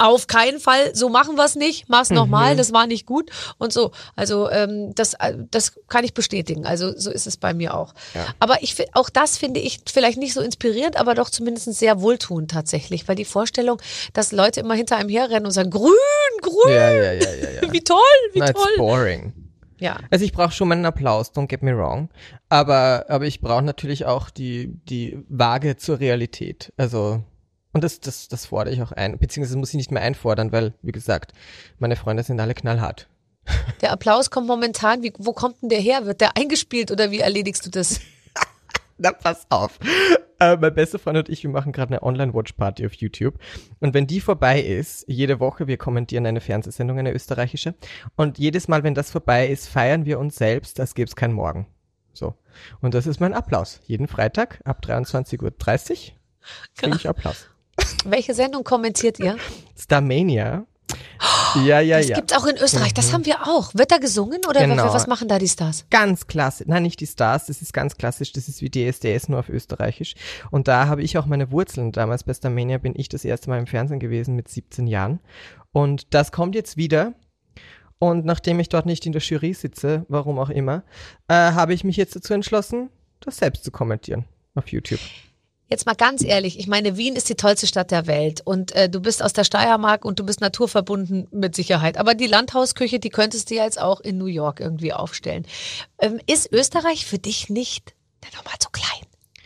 S2: auf keinen Fall, so machen wir es nicht, mach's
S4: Mhm.
S2: nochmal, das war nicht gut und so. Also ähm, das, äh, das kann ich bestätigen, also so ist es bei mir auch.
S4: Ja.
S2: Aber ich fi- auch das finde ich vielleicht nicht so inspirierend, aber doch zumindest sehr wohltuend tatsächlich, weil die Vorstellung, dass Leute immer hinter einem herrennen und sagen, grün, grün,
S4: Ja, ja, ja, ja, ja.
S2: wie toll, wie
S4: Na, it's
S2: toll.
S4: boring.
S2: Ja.
S4: Also ich brauche schon meinen Applaus, don't get me wrong. Aber, aber ich brauche natürlich auch die, die Waage zur Realität. Also, und das, das, das fordere ich auch ein. Beziehungsweise muss ich nicht mehr einfordern, weil, wie gesagt, meine Freunde sind alle knallhart.
S2: Der Applaus kommt momentan, wie, wo kommt denn der her? Wird der eingespielt oder wie erledigst du das?
S4: Na, pass auf. Äh, mein bester Freund und ich, wir machen gerade eine Online-Watch-Party auf YouTube. Und wenn die vorbei ist, jede Woche, wir kommentieren eine Fernsehsendung, eine österreichische. Und jedes Mal, wenn das vorbei ist, feiern wir uns selbst, als gäbe es kein Morgen. So. Und das ist mein Applaus. Jeden Freitag ab dreiundzwanzig Uhr dreißig kriege ich Applaus.
S2: Welche Sendung kommentiert ihr?
S4: Starmania. Ja, ja,
S2: Das
S4: ja.
S2: gibt's auch in Österreich, das haben wir auch. Wird da gesungen oder
S4: Genau.
S2: was machen da die Stars?
S4: Ganz klassisch. Nein, nicht die Stars, das ist ganz klassisch. Das ist wie D S D S, nur auf Österreichisch. Und da habe ich auch meine Wurzeln. Damals bei Starmania bin ich das erste Mal im Fernsehen gewesen mit siebzehn Jahren. Und das kommt jetzt wieder. Und nachdem ich dort nicht in der Jury sitze, warum auch immer, äh, habe ich mich jetzt dazu entschlossen, das selbst zu kommentieren auf YouTube.
S2: Jetzt mal ganz ehrlich, ich meine, Wien ist die tollste Stadt der Welt und äh, du bist aus der Steiermark und du bist naturverbunden mit Sicherheit. Aber die Landhausküche, die könntest du ja jetzt auch in New York irgendwie aufstellen. Ähm, ist Österreich für dich nicht dann nochmal so klein?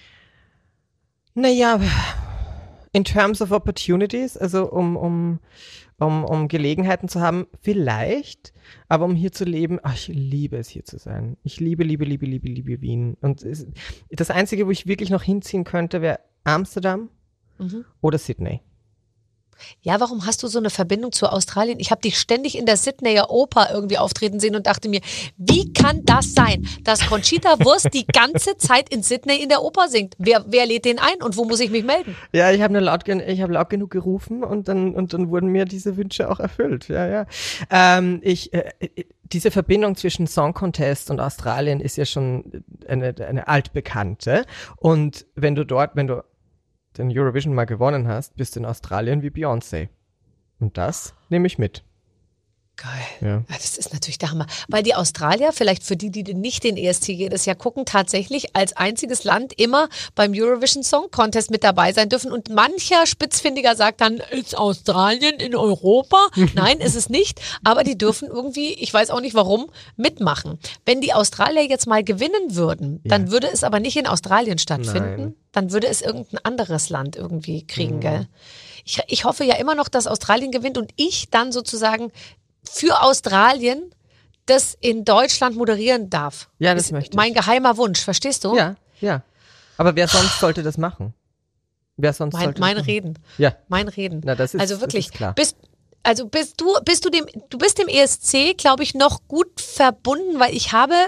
S4: Naja, in terms of opportunities, also um, um, um, um Gelegenheiten zu haben, vielleicht, aber um hier zu leben, ach, ich liebe es hier zu sein. Ich liebe, liebe, liebe, liebe, liebe Wien. Und es, das Einzige, wo ich wirklich noch hinziehen könnte, wäre Amsterdam
S2: Mhm.
S4: oder Sydney.
S2: Ja, warum hast du so eine Verbindung zu Australien? Ich habe dich ständig in der Sydneyer Oper irgendwie auftreten sehen und dachte mir, wie kann das sein, dass Conchita Wurst die ganze Zeit in Sydney in der Oper singt? Wer, wer lädt den ein und wo muss ich mich melden?
S4: Ja, ich habe nur laut, gen- ich habe laut genug gerufen und dann und dann wurden mir diese Wünsche auch erfüllt. Ja, ja. Ähm, ich äh, diese Verbindung zwischen Song Contest und Australien ist ja schon eine eine altbekannte. Und wenn du dort, wenn du den Eurovision mal gewonnen hast, bist du in Australien wie Beyoncé. Und das nehme ich mit.
S2: Geil.
S4: Ja.
S2: Ja, das ist natürlich der Hammer. Weil die Australier, vielleicht für die, die nicht den E S C jedes Jahr gucken, tatsächlich als einziges Land immer beim Eurovision Song Contest mit dabei sein dürfen. Und mancher Spitzfindiger sagt dann, ist Australien in Europa? Nein, ist es nicht. Aber die dürfen irgendwie, ich weiß auch nicht warum, mitmachen. Wenn die Australier jetzt mal gewinnen würden, dann
S4: Ja.
S2: würde es aber nicht in Australien stattfinden.
S4: Nein.
S2: Dann würde es irgendein anderes Land irgendwie kriegen, gell? Ich, ich hoffe ja immer noch, dass Australien gewinnt und ich dann sozusagen für Australien das in Deutschland moderieren darf.
S4: Ja, das
S2: ist
S4: möchte ich.
S2: mein geheimer Wunsch, verstehst du?
S4: Ja, ja. Aber wer sonst sollte das machen? Wer sonst
S2: Mein,
S4: sollte
S2: mein
S4: das machen?
S2: Reden.
S4: Ja.
S2: Mein Reden.
S4: Na, das ist-
S2: also
S4: das
S2: wirklich,
S4: ist klar.
S2: Bist, also bist du, bist du dem, du bist dem E S C, glaube ich, noch gut verbunden, weil ich habe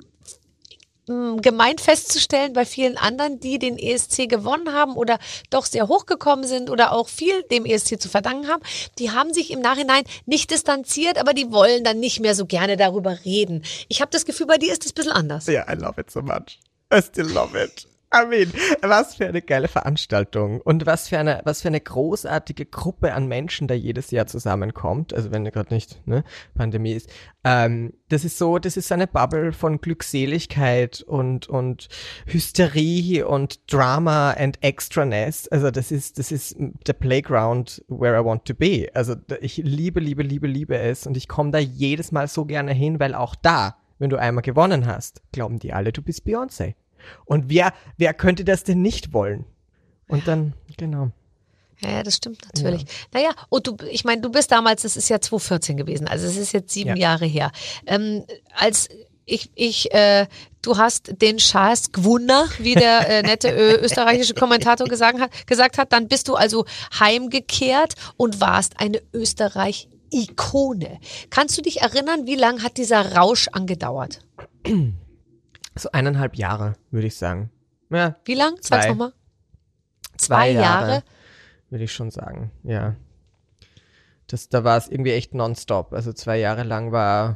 S2: mh, gemeint festzustellen bei vielen anderen, die den E S C gewonnen haben oder doch sehr hochgekommen sind oder auch viel dem E S C zu verdanken haben, die haben sich im Nachhinein nicht distanziert, aber die wollen dann nicht mehr so gerne darüber reden. Ich habe das Gefühl, bei dir ist es ein bisschen anders.
S4: Ja, I love it so much. I still love it. I mean, was für eine geile Veranstaltung und was für eine, was für eine großartige Gruppe an Menschen da jedes Jahr zusammenkommt. Also wenn gerade nicht, ne, Pandemie ist. Ähm, das ist so, das ist eine Bubble von Glückseligkeit und, und Hysterie und Drama and Extraness. Also das ist, das ist the playground where I want to be. Also ich liebe, liebe, liebe, liebe es und ich komme da jedes Mal so gerne hin, weil auch da, wenn du einmal gewonnen hast, glauben die alle, du bist Beyoncé. Und wer, wer könnte das denn nicht wollen? Und dann, genau.
S2: Ja, ja, das stimmt natürlich. Naja, und du, ich meine, du bist damals, das ist ja zwanzig vierzehn gewesen, also es ist jetzt sieben
S4: Ja.
S2: Jahre her. Ähm, als ich, ich, äh, du hast den Schaas gewonnen, wie der äh, nette ö- österreichische Kommentator gesagt hat, gesagt hat, dann bist du also heimgekehrt und warst eine Österreich-Ikone. Kannst du dich erinnern, wie lang hat dieser Rausch angedauert?
S4: So eineinhalb Jahre, würde ich sagen. Ja,
S2: Wie lang? Sag's
S4: Zwei.
S2: nochmal.
S4: zwei Jahre,
S2: Jahre.
S4: würde ich schon sagen, ja. Das, da war es irgendwie echt nonstop. Also zwei Jahre lang war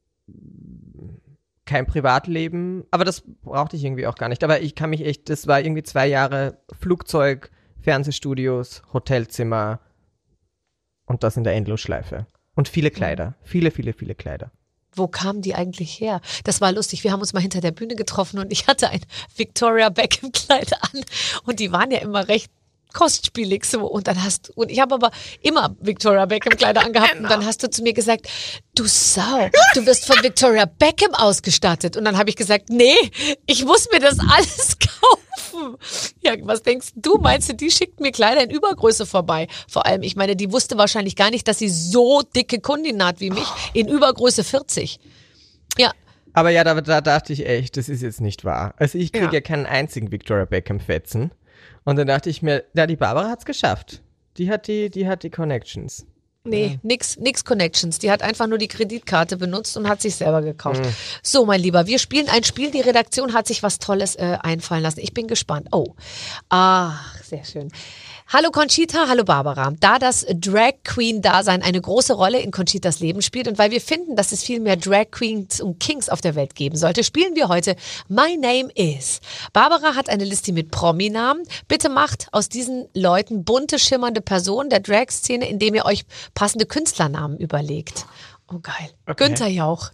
S4: kein Privatleben, aber das brauchte ich irgendwie auch gar nicht. Aber ich kann mich echt, das war irgendwie zwei Jahre Flugzeug, Fernsehstudios, Hotelzimmer, Und das in der Endlosschleife. Und viele Kleider. Viele, viele, viele Kleider.
S2: Wo kamen die eigentlich her? Das war lustig. Wir haben uns mal hinter der Bühne getroffen und ich hatte ein Victoria Beckham Kleid an und die waren ja immer recht kostspielig so und dann hast und ich habe aber immer Victoria Beckham Kleider angehabt genau. Und dann hast du zu mir gesagt, du Sau, du wirst von Victoria Beckham ausgestattet und dann habe ich gesagt, nee, ich muss mir das alles kaufen. Ja, was denkst du? Meinst du, die schickt mir Kleider in Übergröße vorbei? Vor allem, ich meine, die wusste wahrscheinlich gar nicht, dass sie so dicke Kundinnen hat wie mich in Übergröße vierzig. Ja.
S4: Aber ja, da, da dachte ich echt, das ist jetzt nicht wahr. Also ich kriege ja.
S2: Ja.
S4: ja keinen einzigen Victoria Beckham Fetzen. Und dann dachte ich mir, ja, die Barbara hat's geschafft. Die hat die, die hat die Connections.
S2: Nee,
S4: ja.
S2: nix, nix Connections. Die hat einfach nur die Kreditkarte benutzt und hat sich selber gekauft. Mhm. So, mein Lieber, wir spielen ein Spiel. Die Redaktion hat sich was Tolles äh, einfallen lassen. Ich bin gespannt. Oh, ach, sehr schön. Hallo Conchita, hallo Barbara. Da das Drag Queen-Dasein eine große Rolle in Conchitas Leben spielt und weil wir finden, dass es viel mehr Drag Queens und Kings auf der Welt geben sollte, spielen wir heute My Name Is. Barbara hat eine Liste mit Promi-Namen. Bitte macht aus diesen Leuten bunte, schimmernde Personen der Drag-Szene, indem ihr euch passende Künstlernamen überlegt. Oh geil.
S4: Okay.
S2: Günther Jauch.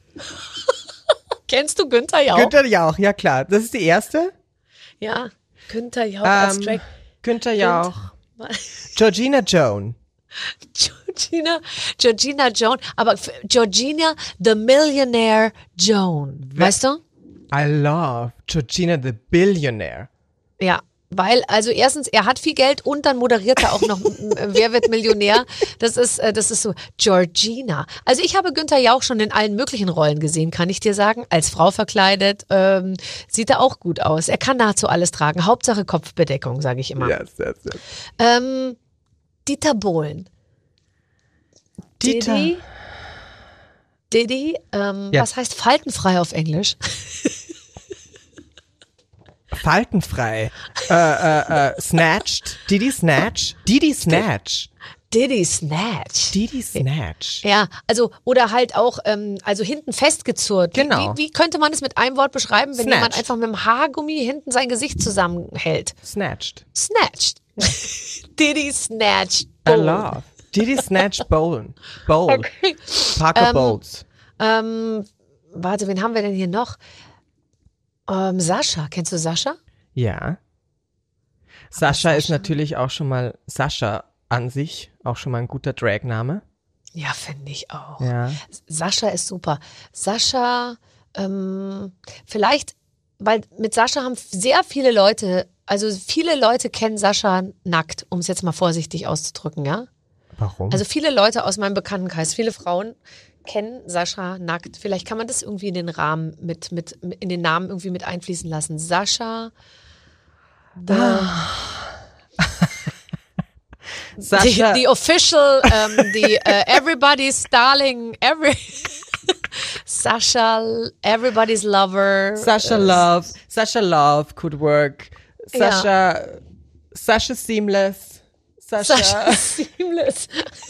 S2: Kennst du Günther Jauch?
S4: Günther Jauch, ja klar. Das ist die erste?
S2: Ja, Günther Jauch als
S4: Ähm,
S2: Drag.
S4: Günther Jauch. Georgina Joan.
S2: Georgina, Georgina Joan, aber f- Georgina the Millionaire Joan, weißt du?
S4: I love Georgina the Billionaire.
S2: Ja, weil, also erstens, er hat viel Geld und dann moderiert er auch noch Wer wird Millionär? Das ist, äh, das ist so, Georgina. Also ich habe Günther Jauch schon in allen möglichen Rollen gesehen, kann ich dir sagen. Als Frau verkleidet, ähm, sieht er auch gut aus. Er kann nahezu alles tragen. Hauptsache Kopfbedeckung, sage ich immer.
S4: Yes, yes, yes.
S2: Ähm, Dieter Bohlen.
S4: Dieter.
S2: Diddy. Diddy, ähm,
S4: Ja.
S2: was heißt faltenfrei auf Englisch?
S4: Faltenfrei. äh, äh, äh, snatched. Didi Snatch. Didi Snatch.
S2: Diddy Snatch.
S4: Didi Snatch.
S2: Ja, also, oder halt auch, ähm, also hinten festgezurrt.
S4: Genau.
S2: Wie, wie könnte man es mit einem Wort beschreiben, wenn
S4: Snatched.
S2: jemand einfach mit dem Haargummi hinten sein Gesicht zusammenhält?
S4: Snatched.
S2: Snatched. Diddy Snatched.
S4: I love. Didi Snatch Bowlen. Bowl.
S2: Okay.
S4: Parker
S2: Ähm,
S4: Bowles.
S2: Ähm, warte, wen haben wir denn hier noch? Ähm, Sascha. Kennst du Sascha?
S4: Ja. Sascha ist
S2: Sascha?
S4: natürlich auch schon mal, Sascha an sich, auch schon mal ein guter Dragname.
S2: Ja, finde ich auch.
S4: Ja.
S2: Sascha ist super. Sascha, ähm, vielleicht, weil mit Sascha haben sehr viele Leute, also viele Leute kennen Sascha nackt, um es jetzt mal vorsichtig auszudrücken, ja?
S4: Warum?
S2: Also viele Leute aus meinem Bekanntenkreis, viele Frauen kennen Sascha nackt. Vielleicht kann man das irgendwie in den Rahmen mit, mit, in den Namen irgendwie mit einfließen lassen. Sascha.
S4: Ah.
S2: The,
S4: Sascha.
S2: the, the official, um, the uh, everybody's darling, every Sascha, everybody's lover.
S4: Sascha
S2: äh,
S4: Love. Sascha Love could work. Sascha. Sascha Seamless. Sascha.
S2: Sascha Seamless.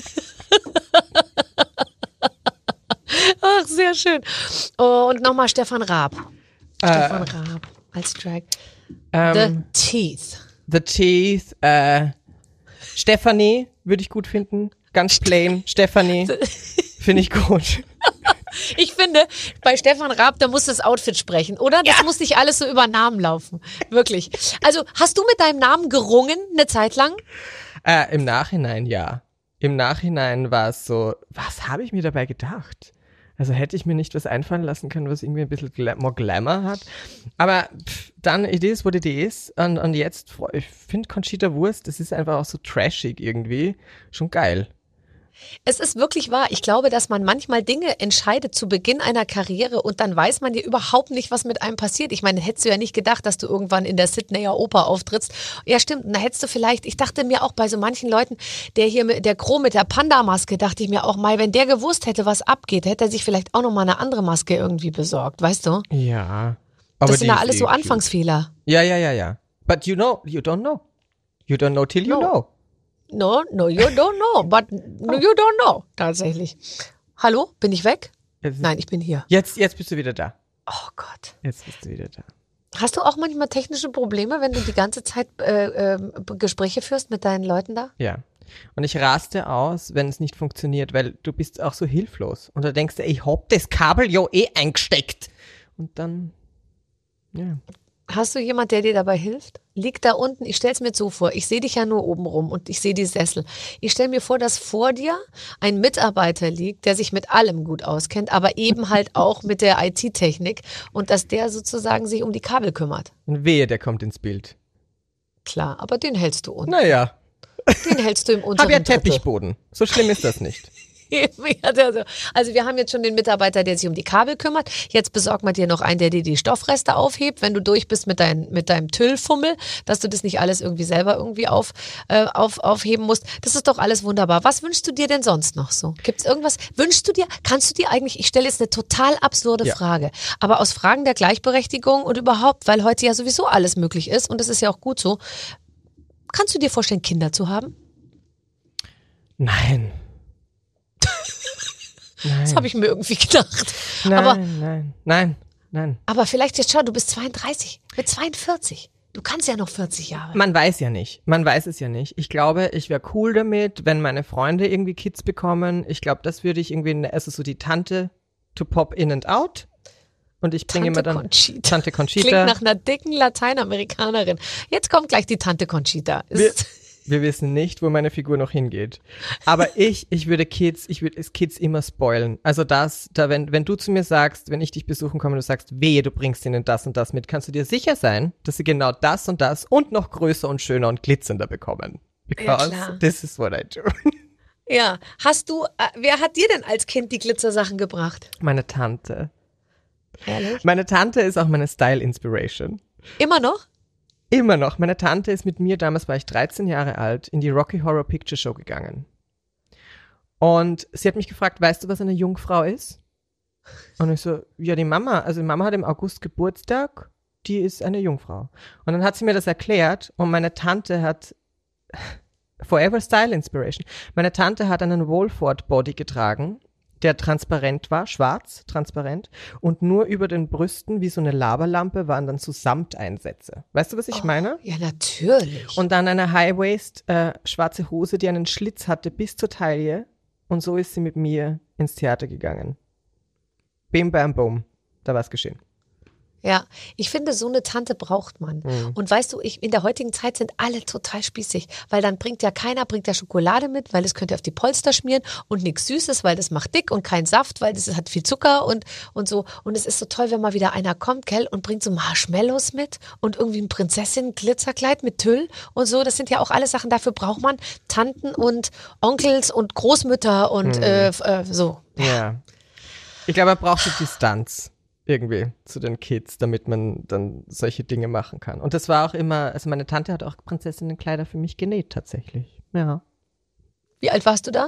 S2: Ach, sehr schön. Oh, und nochmal Stefan Raab. Stefan Raab als Drag.
S4: Ähm,
S2: The Teeth.
S4: The Teeth. Äh, Stephanie würde ich gut finden. Ganz plain. Stephanie. Finde ich gut.
S2: Ich finde, bei Stefan Raab, da muss das Outfit sprechen, oder? Das
S4: Ja.
S2: muss nicht alles so über Namen laufen. Wirklich. Also, hast du mit deinem Namen gerungen eine Zeit lang?
S4: Äh, im Nachhinein ja. Im Nachhinein war es so, was habe ich mir dabei gedacht? Also hätte ich mir nicht was einfallen lassen können, was irgendwie ein bisschen gla- more Glamour hat. Aber pff, dann, it is what it is. Und, und jetzt, freu- ich finde Conchita Wurst, das ist einfach auch so trashig irgendwie. Schon geil.
S2: Es ist wirklich wahr. Ich glaube, dass man manchmal Dinge entscheidet zu Beginn einer Karriere und dann weiß man dir überhaupt nicht, was mit einem passiert. Ich meine, hättest du ja nicht gedacht, dass du irgendwann in der Sydneyer Oper auftrittst. Ja, stimmt. Und da hättest du vielleicht, ich dachte mir auch bei so manchen Leuten, der hier mit der Crow mit der Panda-Maske, dachte ich mir auch mal, wenn der gewusst hätte, was abgeht, hätte er sich vielleicht auch noch mal eine andere Maske irgendwie besorgt, weißt du?
S4: Ja. Aber
S2: Das sind
S4: die
S2: ja
S4: ist
S2: alles
S4: eh
S2: so
S4: cute.
S2: Anfangsfehler.
S4: Ja, ja, ja, ja. But you know, you don't know. You don't know till you
S2: No.
S4: know.
S2: No, no, you don't know. But no, you don't know. Tatsächlich. Hallo? Bin ich weg?
S4: Jetzt,
S2: Nein, ich bin hier.
S4: Jetzt, jetzt bist du wieder da.
S2: Oh Gott.
S4: Jetzt bist du wieder da.
S2: Hast du auch manchmal technische Probleme, wenn du die ganze Zeit äh, äh, Gespräche führst mit deinen Leuten da?
S4: Ja. Und ich raste aus, wenn es nicht funktioniert, weil du bist auch so hilflos. Und da denkst du, ich hab das Kabel ja eh eingesteckt. Und dann, ja.
S2: Hast du jemand, der dir dabei hilft? Liegt da unten, ich stell's mir so vor, ich sehe dich ja nur oben rum und ich sehe die Sessel. Ich stelle mir vor, dass vor dir ein Mitarbeiter liegt, der sich mit allem gut auskennt, aber eben halt auch mit der I T-Technik und dass der sozusagen sich um die Kabel kümmert.
S4: Und wehe, der kommt ins Bild.
S2: Klar, aber den hältst du unten.
S4: Naja.
S2: Den hältst du im unteren
S4: Hab ja
S2: Drittel.
S4: Teppichboden. So schlimm ist das nicht.
S2: Also wir haben jetzt schon den Mitarbeiter, der sich um die Kabel kümmert. Jetzt besorgen wir dir noch einen, der dir die Stoffreste aufhebt, wenn du durch bist mit, dein, mit deinem Tüllfummel, dass du das nicht alles irgendwie selber irgendwie auf, äh, auf, aufheben musst. Das ist doch alles wunderbar. Was wünschst du dir denn sonst noch so? Gibt's irgendwas? Wünschst du dir, kannst du dir eigentlich, ich stelle jetzt eine total absurde
S4: Ja.
S2: Frage, aber aus Fragen der Gleichberechtigung und überhaupt, weil heute ja sowieso alles möglich ist und das ist ja auch gut so, kannst du dir vorstellen, Kinder zu haben?
S4: Nein. Nein.
S2: Das habe ich mir irgendwie gedacht.
S4: Nein,
S2: aber
S4: nein, nein, nein.
S2: Aber vielleicht jetzt schau, du bist zweiunddreißig, mit zweiundvierzig. Du kannst ja noch vierzig Jahre.
S4: Man weiß ja nicht. Man weiß es ja nicht. Ich glaube, ich wäre cool damit, wenn meine Freunde irgendwie Kids bekommen. Ich glaube, das würde ich irgendwie, also so die Tante to pop in and out. Und ich bringe
S2: Tante
S4: immer dann
S2: Conchita.
S4: Tante Conchita.
S2: Klingt nach einer dicken Lateinamerikanerin. Jetzt kommt gleich die Tante Conchita.
S4: Wir,
S2: Ist-
S4: wir wissen nicht, wo meine Figur noch hingeht. Aber ich, ich würde Kids, ich würde es Kids immer spoilen. Also das, da wenn, wenn du zu mir sagst, wenn ich dich besuchen komme und du sagst, wehe, du bringst ihnen das und das mit, kannst du dir sicher sein, dass sie genau das und das und noch größer und schöner und glitzernder bekommen. Because
S2: klar.
S4: this is what I do.
S2: Ja, hast du, äh, wer hat dir denn als Kind die Glitzersachen gebracht?
S4: Meine Tante.
S2: Ehrlich?
S4: Meine Tante ist auch meine Style-Inspiration.
S2: Immer noch?
S4: Immer noch. Meine Tante ist mit mir, damals war ich dreizehn Jahre alt, in die Rocky Horror Picture Show gegangen. Und sie hat mich gefragt, weißt du, was eine Jungfrau ist? Und ich so, ja, die Mama. Also die Mama hat im August Geburtstag, die ist eine Jungfrau. Und dann hat sie mir das erklärt und meine Tante hat, Forever Style Inspiration, meine Tante hat einen Wolford Body getragen, der transparent war, schwarz, transparent, und nur über den Brüsten wie so eine Lavalampe waren dann so Samteinsätze. Weißt du, was ich meine?
S2: Ja, natürlich.
S4: Und dann eine High-Waist, äh, schwarze Hose, die einen Schlitz hatte bis zur Taille. Und so ist sie mit mir ins Theater gegangen. Bim, bam, boom. Da war's geschehen.
S2: Ja, ich finde, so eine Tante braucht man.
S4: Mhm.
S2: Und weißt du, ich, in der heutigen Zeit sind alle total spießig, weil dann bringt ja keiner, bringt ja Schokolade mit, weil das könnt ihr auf die Polster schmieren und nichts Süßes, weil das macht dick und kein Saft, weil das hat viel Zucker und, und so. Und es ist so toll, wenn mal wieder einer kommt, gell, und bringt so Marshmallows mit und irgendwie ein Prinzessin-Glitzerkleid mit Tüll und so. Das sind ja auch alles Sachen, dafür braucht man Tanten und Onkels und Großmütter und
S4: Mhm.
S2: äh, äh, so.
S4: Ja. Ich glaube, man braucht die Distanz irgendwie zu den Kids, damit man dann solche Dinge machen kann. Und das war auch immer, also meine Tante hat auch Prinzessinnenkleider für mich genäht tatsächlich. Ja.
S2: Wie alt warst du da?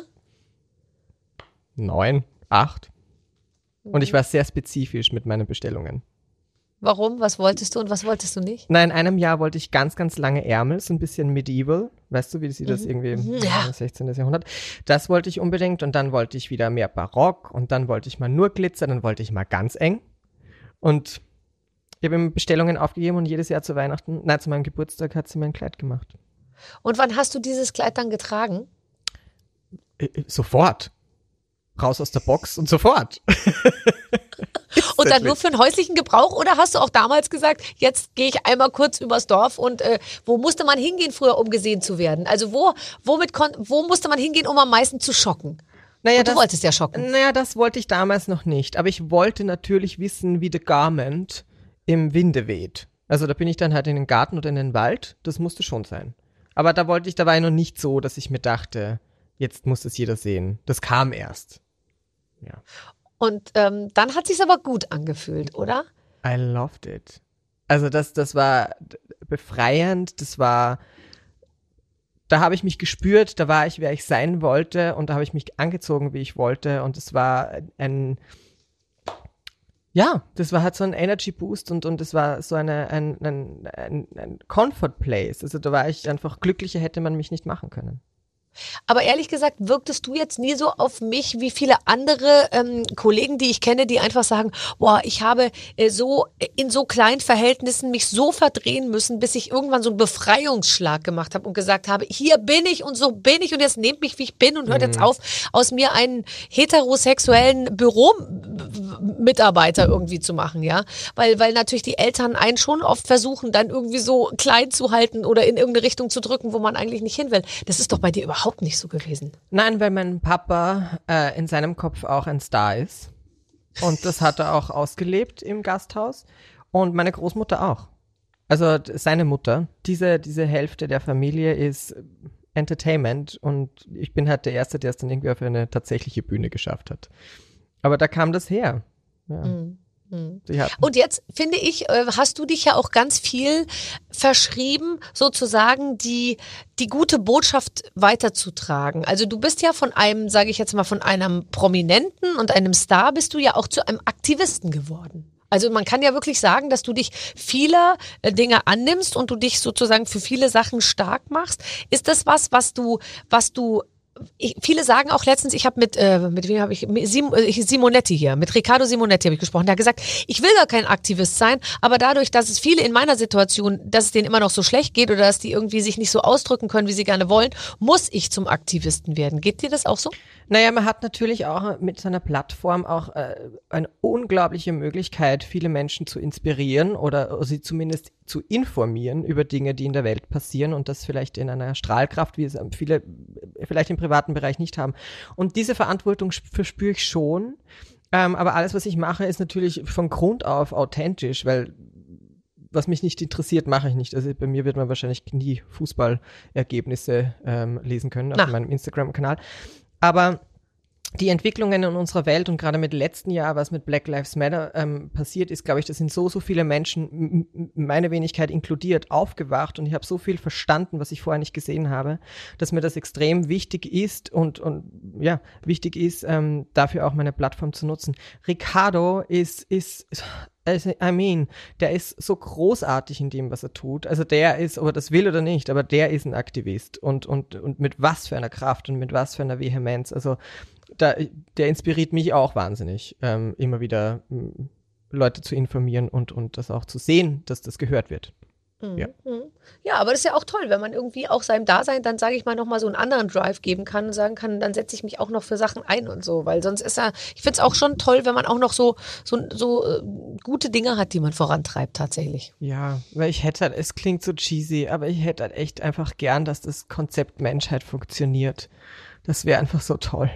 S4: Neun, acht. Und ich war sehr spezifisch mit meinen Bestellungen.
S2: Warum? Was wolltest du und was wolltest du nicht?
S4: Nein, in einem Jahr wollte ich ganz, ganz lange Ärmel, so ein bisschen medieval. Weißt du, wie sie das irgendwie im
S2: Ja.
S4: sechzehnten. Jahrhundert. Das wollte ich unbedingt und dann wollte ich wieder mehr Barock und dann wollte ich mal nur Glitzer, dann wollte ich mal ganz eng. Und ich habe ihm Bestellungen aufgegeben und jedes Jahr zu Weihnachten, nein, zu meinem Geburtstag hat sie mein Kleid gemacht.
S2: Und wann hast du dieses Kleid dann getragen?
S4: Äh, äh, sofort. Raus aus der Box und sofort.
S2: Und dann nur für den häuslichen Gebrauch oder hast du auch damals gesagt, jetzt gehe ich einmal kurz übers Dorf und äh, wo musste man hingehen früher, um gesehen zu werden? Also wo, womit kon- wo musste man hingehen, um am meisten zu schocken?
S4: Naja,
S2: Und du
S4: das,
S2: wolltest ja schocken.
S4: Naja, das wollte ich damals noch nicht. Aber ich wollte natürlich wissen, wie the garment im Winde weht. Also da bin ich dann halt in den Garten oder in den Wald. Das musste schon sein. Aber da wollte ich, da war ich noch nicht so, dass ich mir dachte, jetzt muss es jeder sehen. Das kam erst. Ja.
S2: Und ähm, dann hat sich's aber gut angefühlt, oder?
S4: I loved it. Also das, das war befreiend, das war, da habe ich mich gespürt, da war ich, wer ich sein wollte und da habe ich mich angezogen, wie ich wollte und es war ein, ja, das war halt so ein Energy Boost und und es war so eine, ein, ein, ein, ein Comfort Place. Also da war ich einfach glücklicher, hätte man mich nicht machen können.
S2: Aber ehrlich gesagt, wirktest du jetzt nie so auf mich wie viele andere ähm, Kollegen, die ich kenne, die einfach sagen, boah, ich habe äh, so in so kleinen Verhältnissen mich so verdrehen müssen, bis ich irgendwann so einen Befreiungsschlag gemacht habe und gesagt habe, hier bin ich und so bin ich und jetzt nehmt mich, wie ich bin und hört
S4: Mhm.
S2: jetzt auf, aus mir einen heterosexuellen Büromitarbeiter irgendwie zu machen, ja, weil weil natürlich die Eltern einen schon oft versuchen, dann irgendwie so klein zu halten oder in irgendeine Richtung zu drücken, wo man eigentlich nicht hin will. Das ist doch bei dir überhaupt nicht so gewesen.
S4: Nein, weil mein Papa äh, in seinem Kopf auch ein Star ist. Und das hat er auch ausgelebt im Gasthaus. Und meine Großmutter auch. Also d- seine Mutter. Diese, diese Hälfte der Familie ist Entertainment. Und ich bin halt der Erste, der es dann irgendwie auf eine tatsächliche Bühne geschafft hat. Aber da kam das her. Ja.
S2: Mhm. Mhm.
S4: Die hatten-
S2: Und jetzt finde ich, äh, hast du dich ja auch ganz viel verschrieben, sozusagen die, die gute Botschaft weiterzutragen. Also du bist ja von einem, sage ich jetzt mal, von einem Prominenten und einem Star bist du ja auch zu einem Aktivisten geworden. Also man kann ja wirklich sagen, dass du dich vieler äh, Dinge annimmst und du dich sozusagen für viele Sachen stark machst. Ist das was, was du, was du Ich, viele sagen auch letztens, ich habe mit, äh, mit wem habe ich, mit Sim, äh, Simonetti hier, mit Riccardo Simonetti habe ich gesprochen, der hat gesagt, ich will gar kein Aktivist sein, aber dadurch, dass es viele in meiner Situation, dass es denen immer noch so schlecht geht oder dass die irgendwie sich nicht so ausdrücken können, wie sie gerne wollen, muss ich zum Aktivisten werden. Geht dir das auch so?
S4: Naja, man hat natürlich auch mit seiner Plattform auch äh, eine unglaubliche Möglichkeit, viele Menschen zu inspirieren oder sie zumindest zu informieren über Dinge, die in der Welt passieren und das vielleicht in einer Strahlkraft, wie es viele vielleicht im privaten Bereich nicht haben. Und diese Verantwortung verspüre ich schon, ähm, aber alles, was ich mache, ist natürlich von Grund auf authentisch, weil was mich nicht interessiert, mache ich nicht. Also bei mir wird man wahrscheinlich nie Fußballergebnisse ähm, lesen können auf
S2: Na.
S4: meinem Instagram-Kanal. Aber die Entwicklungen in unserer Welt und gerade mit letzten Jahr, was mit Black Lives Matter ähm, passiert ist, glaube ich, da sind so, so viele Menschen, m- m- meine Wenigkeit inkludiert, aufgewacht und ich habe so viel verstanden, was ich vorher nicht gesehen habe, dass mir das extrem wichtig ist und, und ja, wichtig ist, ähm, dafür auch meine Plattform zu nutzen. Riccardo ist, ist, also, I mean, der ist so großartig in dem, was er tut. Also der ist, ob er das will oder nicht, aber der ist ein Aktivist und, und, und mit was für einer Kraft und mit was für einer Vehemenz. Also da, der inspiriert mich auch wahnsinnig, ähm, immer wieder m, Leute zu informieren und, und das auch zu sehen, dass das gehört wird. Ja.
S2: Ja, aber das ist ja auch toll, wenn man irgendwie auch seinem Dasein dann, sage ich mal, nochmal so einen anderen Drive geben kann und sagen kann, dann setze ich mich auch noch für Sachen ein und so, weil sonst ist ja, ich finde es auch schon toll, wenn man auch noch so, so, so äh, gute Dinge hat, die man vorantreibt tatsächlich.
S4: Ja, weil ich hätte halt, es klingt so cheesy, aber ich hätte halt echt einfach gern, dass das Konzept Menschheit funktioniert. Das wäre einfach so toll.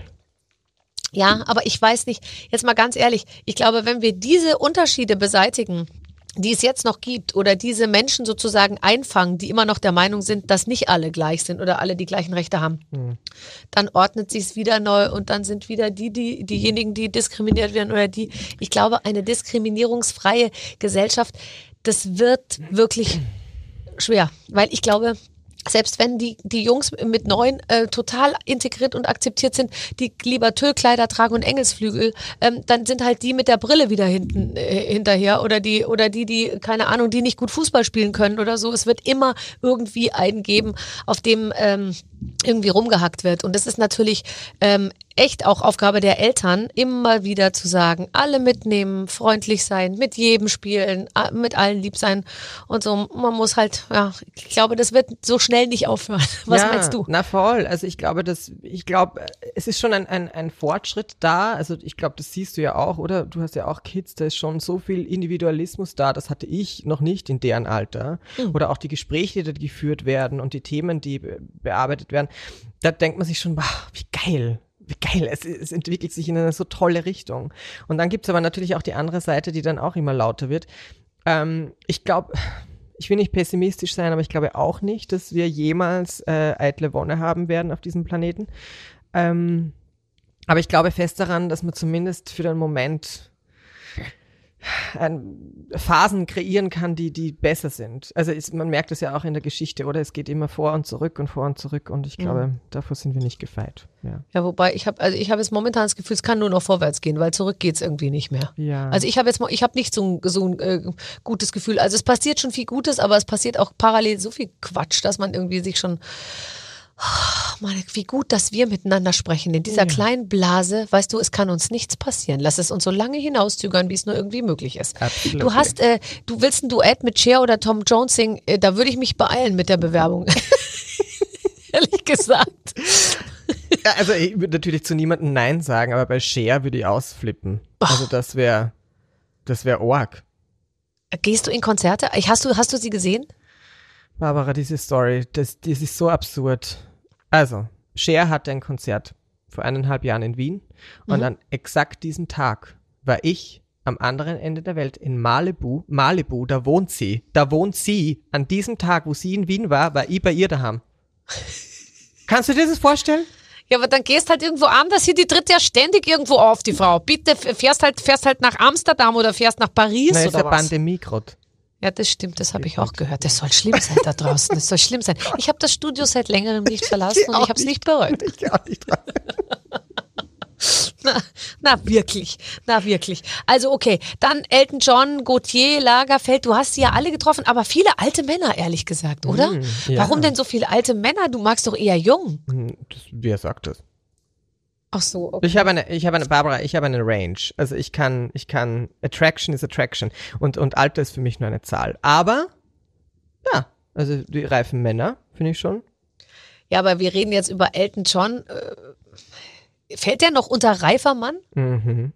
S2: Ja, aber ich weiß nicht, jetzt mal ganz ehrlich, ich glaube, wenn wir diese Unterschiede beseitigen, die es jetzt noch gibt oder diese Menschen sozusagen einfangen, die immer noch der Meinung sind, dass nicht alle gleich sind oder alle die gleichen Rechte haben, hm. dann ordnet sich es wieder neu und dann sind wieder die, die, diejenigen, die diskriminiert werden oder die, ich glaube, eine diskriminierungsfreie Gesellschaft, das wird wirklich schwer, weil ich glaube, selbst wenn die, die Jungs mit neun äh, total integriert und akzeptiert sind, die lieber Tüllkleider tragen und Engelsflügel, ähm, dann sind halt die mit der Brille wieder hinten äh, hinterher oder die, oder die, die, keine Ahnung, die nicht gut Fußball spielen können oder so. Es wird immer irgendwie einen geben, auf dem ähm, irgendwie rumgehackt wird. Und das ist natürlich ähm, echt auch Aufgabe der Eltern, immer wieder zu sagen, alle mitnehmen, freundlich sein, mit jedem spielen, mit allen lieb sein und so. Man muss halt, ja, ich glaube, das wird so schnell nicht aufhören. Was
S4: ja,
S2: meinst du?
S4: Na voll. Also ich glaube, dass, ich glaube, es ist schon ein, ein, ein Fortschritt da. Also ich glaube, das siehst du ja auch, oder? Du hast ja auch Kids, da ist schon so viel Individualismus da. Das hatte ich noch nicht in deren Alter. Mhm. Oder auch die Gespräche, die geführt werden und die Themen, die be- bearbeitet werden. Da denkt man sich schon, boah, wie geil. Wie geil, es, es entwickelt sich in eine so tolle Richtung. Und dann gibt's aber natürlich auch die andere Seite, die dann auch immer lauter wird. Ähm, ich glaube, ich will nicht pessimistisch sein, aber ich glaube auch nicht, dass wir jemals äh, eitle Wonne haben werden auf diesem Planeten. Ähm, aber ich glaube fest daran, dass man zumindest für den Moment ein, Phasen kreieren kann, die, die besser sind. Also ist, man merkt es ja auch in der Geschichte, oder? Es geht immer vor und zurück und vor und zurück und ich glaube, mhm. davor sind wir nicht gefeit. Ja,
S2: ja wobei ich habe also ich habe jetzt momentan das Gefühl, es kann nur noch vorwärts gehen, weil zurück geht's irgendwie nicht mehr.
S4: Ja.
S2: Also ich habe jetzt ich habe nicht so ein, so ein äh, gutes Gefühl. Also es passiert schon viel Gutes, aber es passiert auch parallel so viel Quatsch, dass man irgendwie sich schon Oh Mann, wie gut, dass wir miteinander sprechen. In dieser
S4: Ja.
S2: kleinen Blase, weißt du, es kann uns nichts passieren. Lass es uns so lange hinauszögern, wie es nur irgendwie möglich ist.
S4: Absolut.
S2: Du hast, äh, du willst ein Duett mit Cher oder Tom Jones singen, äh, da würde ich mich beeilen mit der Bewerbung. Ehrlich gesagt.
S4: Ja, also ich würde natürlich zu niemandem Nein sagen, aber bei Cher würde ich ausflippen. Also das wäre, das wäre arg.
S2: Gehst du in Konzerte? Ich- Hast du, hast du sie gesehen?
S4: Barbara, diese Story, das, das ist so absurd. Also, Cher hatte ein Konzert vor eineinhalb Jahren in Wien und
S2: Mhm.
S4: an exakt diesem Tag war ich am anderen Ende der Welt in Malibu. Malibu, da wohnt sie. Da wohnt sie. An diesem Tag, wo sie in Wien war, war ich bei ihr daheim. Kannst du dir das vorstellen?
S2: Ja, aber dann gehst halt irgendwo anders hin, die tritt ja ständig irgendwo auf, die Frau. Bitte fährst halt, fährst halt nach Amsterdam oder fährst nach Paris
S4: Na, ist
S2: oder
S4: ja
S2: was?
S4: Pandemie gerade.
S2: Ja, das stimmt, das habe ich auch gehört. Das soll schlimm sein da draußen, das soll schlimm sein. Ich habe das Studio seit längerem nicht verlassen und
S4: auch
S2: ich habe es nicht bereut.
S4: Ich auch nicht dran.
S2: Na, na wirklich, na wirklich. Also okay, dann Elton John, Gautier, Lagerfeld, du hast sie ja alle getroffen, aber viele alte Männer, ehrlich gesagt, oder?
S4: Mm, ja.
S2: Warum denn so viele alte Männer? Du magst doch eher jung.
S4: Hm, Das, wer sagt das?
S2: Ach so, okay.
S4: Ich habe eine, ich habe eine, Barbara, ich habe eine Range. Also ich kann, ich kann, Attraction is Attraction. Und, und Alter ist für mich nur eine Zahl. Aber, ja, also die reifen Männer, finde ich schon.
S2: Ja, aber wir reden jetzt über Elton John. Äh, fällt der noch unter reifer Mann?
S4: Mhm.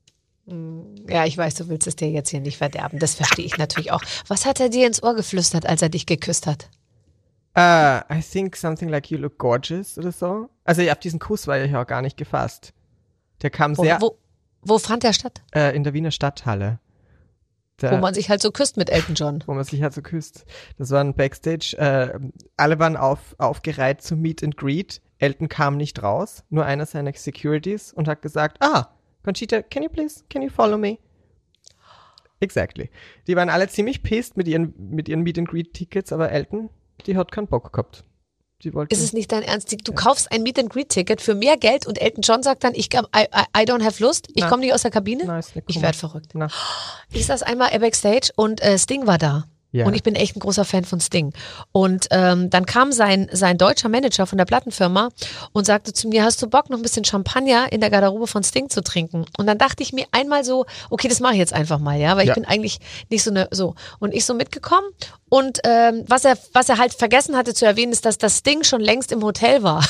S2: Ja, ich weiß, du willst es dir jetzt hier nicht verderben. Das verstehe ich natürlich auch. Was hat er dir ins Ohr geflüstert, als er dich geküsst hat?
S4: Uh, I think something like you look gorgeous oder so. Also auf diesen Kuss war ich auch gar nicht gefasst. Der kam
S2: Wo,
S4: sehr
S2: wo, wo fand der statt?
S4: äh, in der Wiener Stadthalle. Da,
S2: Wo man sich halt so küsst mit Elton John.
S4: wo man sich halt so küsst. Das war ein Backstage. Äh, alle waren auf, aufgereiht zum Meet and Greet. Elton kam nicht raus, nur einer seiner Securities und hat gesagt, ah, Conchita, can you please, can you follow me? Exactly. Die waren alle ziemlich pissed mit ihren, mit ihren Meet and Greet Tickets, aber Elton, die hat keinen Bock gehabt. Die wollte,
S2: Ist es nicht dein Ernst? Du kaufst ein Meet and Greet Ticket für mehr Geld und Elton John sagt dann, ich I, I, I don't have Lust, ich
S4: Na.
S2: komme nicht aus der Kabine.
S4: Na, ist nicht
S2: Ich
S4: komisch.
S2: werde verrückt.
S4: Na,
S2: Ich saß einmal Backstage und äh, Sting war da.
S4: Ja.
S2: Und ich bin echt ein großer Fan von Sting. Und ähm, dann kam sein, sein deutscher Manager von der Plattenfirma und sagte zu mir, hast du Bock, noch ein bisschen Champagner in der Garderobe von Sting zu trinken? Und dann dachte ich mir einmal so, okay, das mache ich jetzt einfach mal, ja, weil
S4: Ja.
S2: ich bin eigentlich nicht so eine, so. Und ich so mitgekommen und ähm, was er, was er halt vergessen hatte zu erwähnen, ist, dass das Sting schon längst im Hotel war.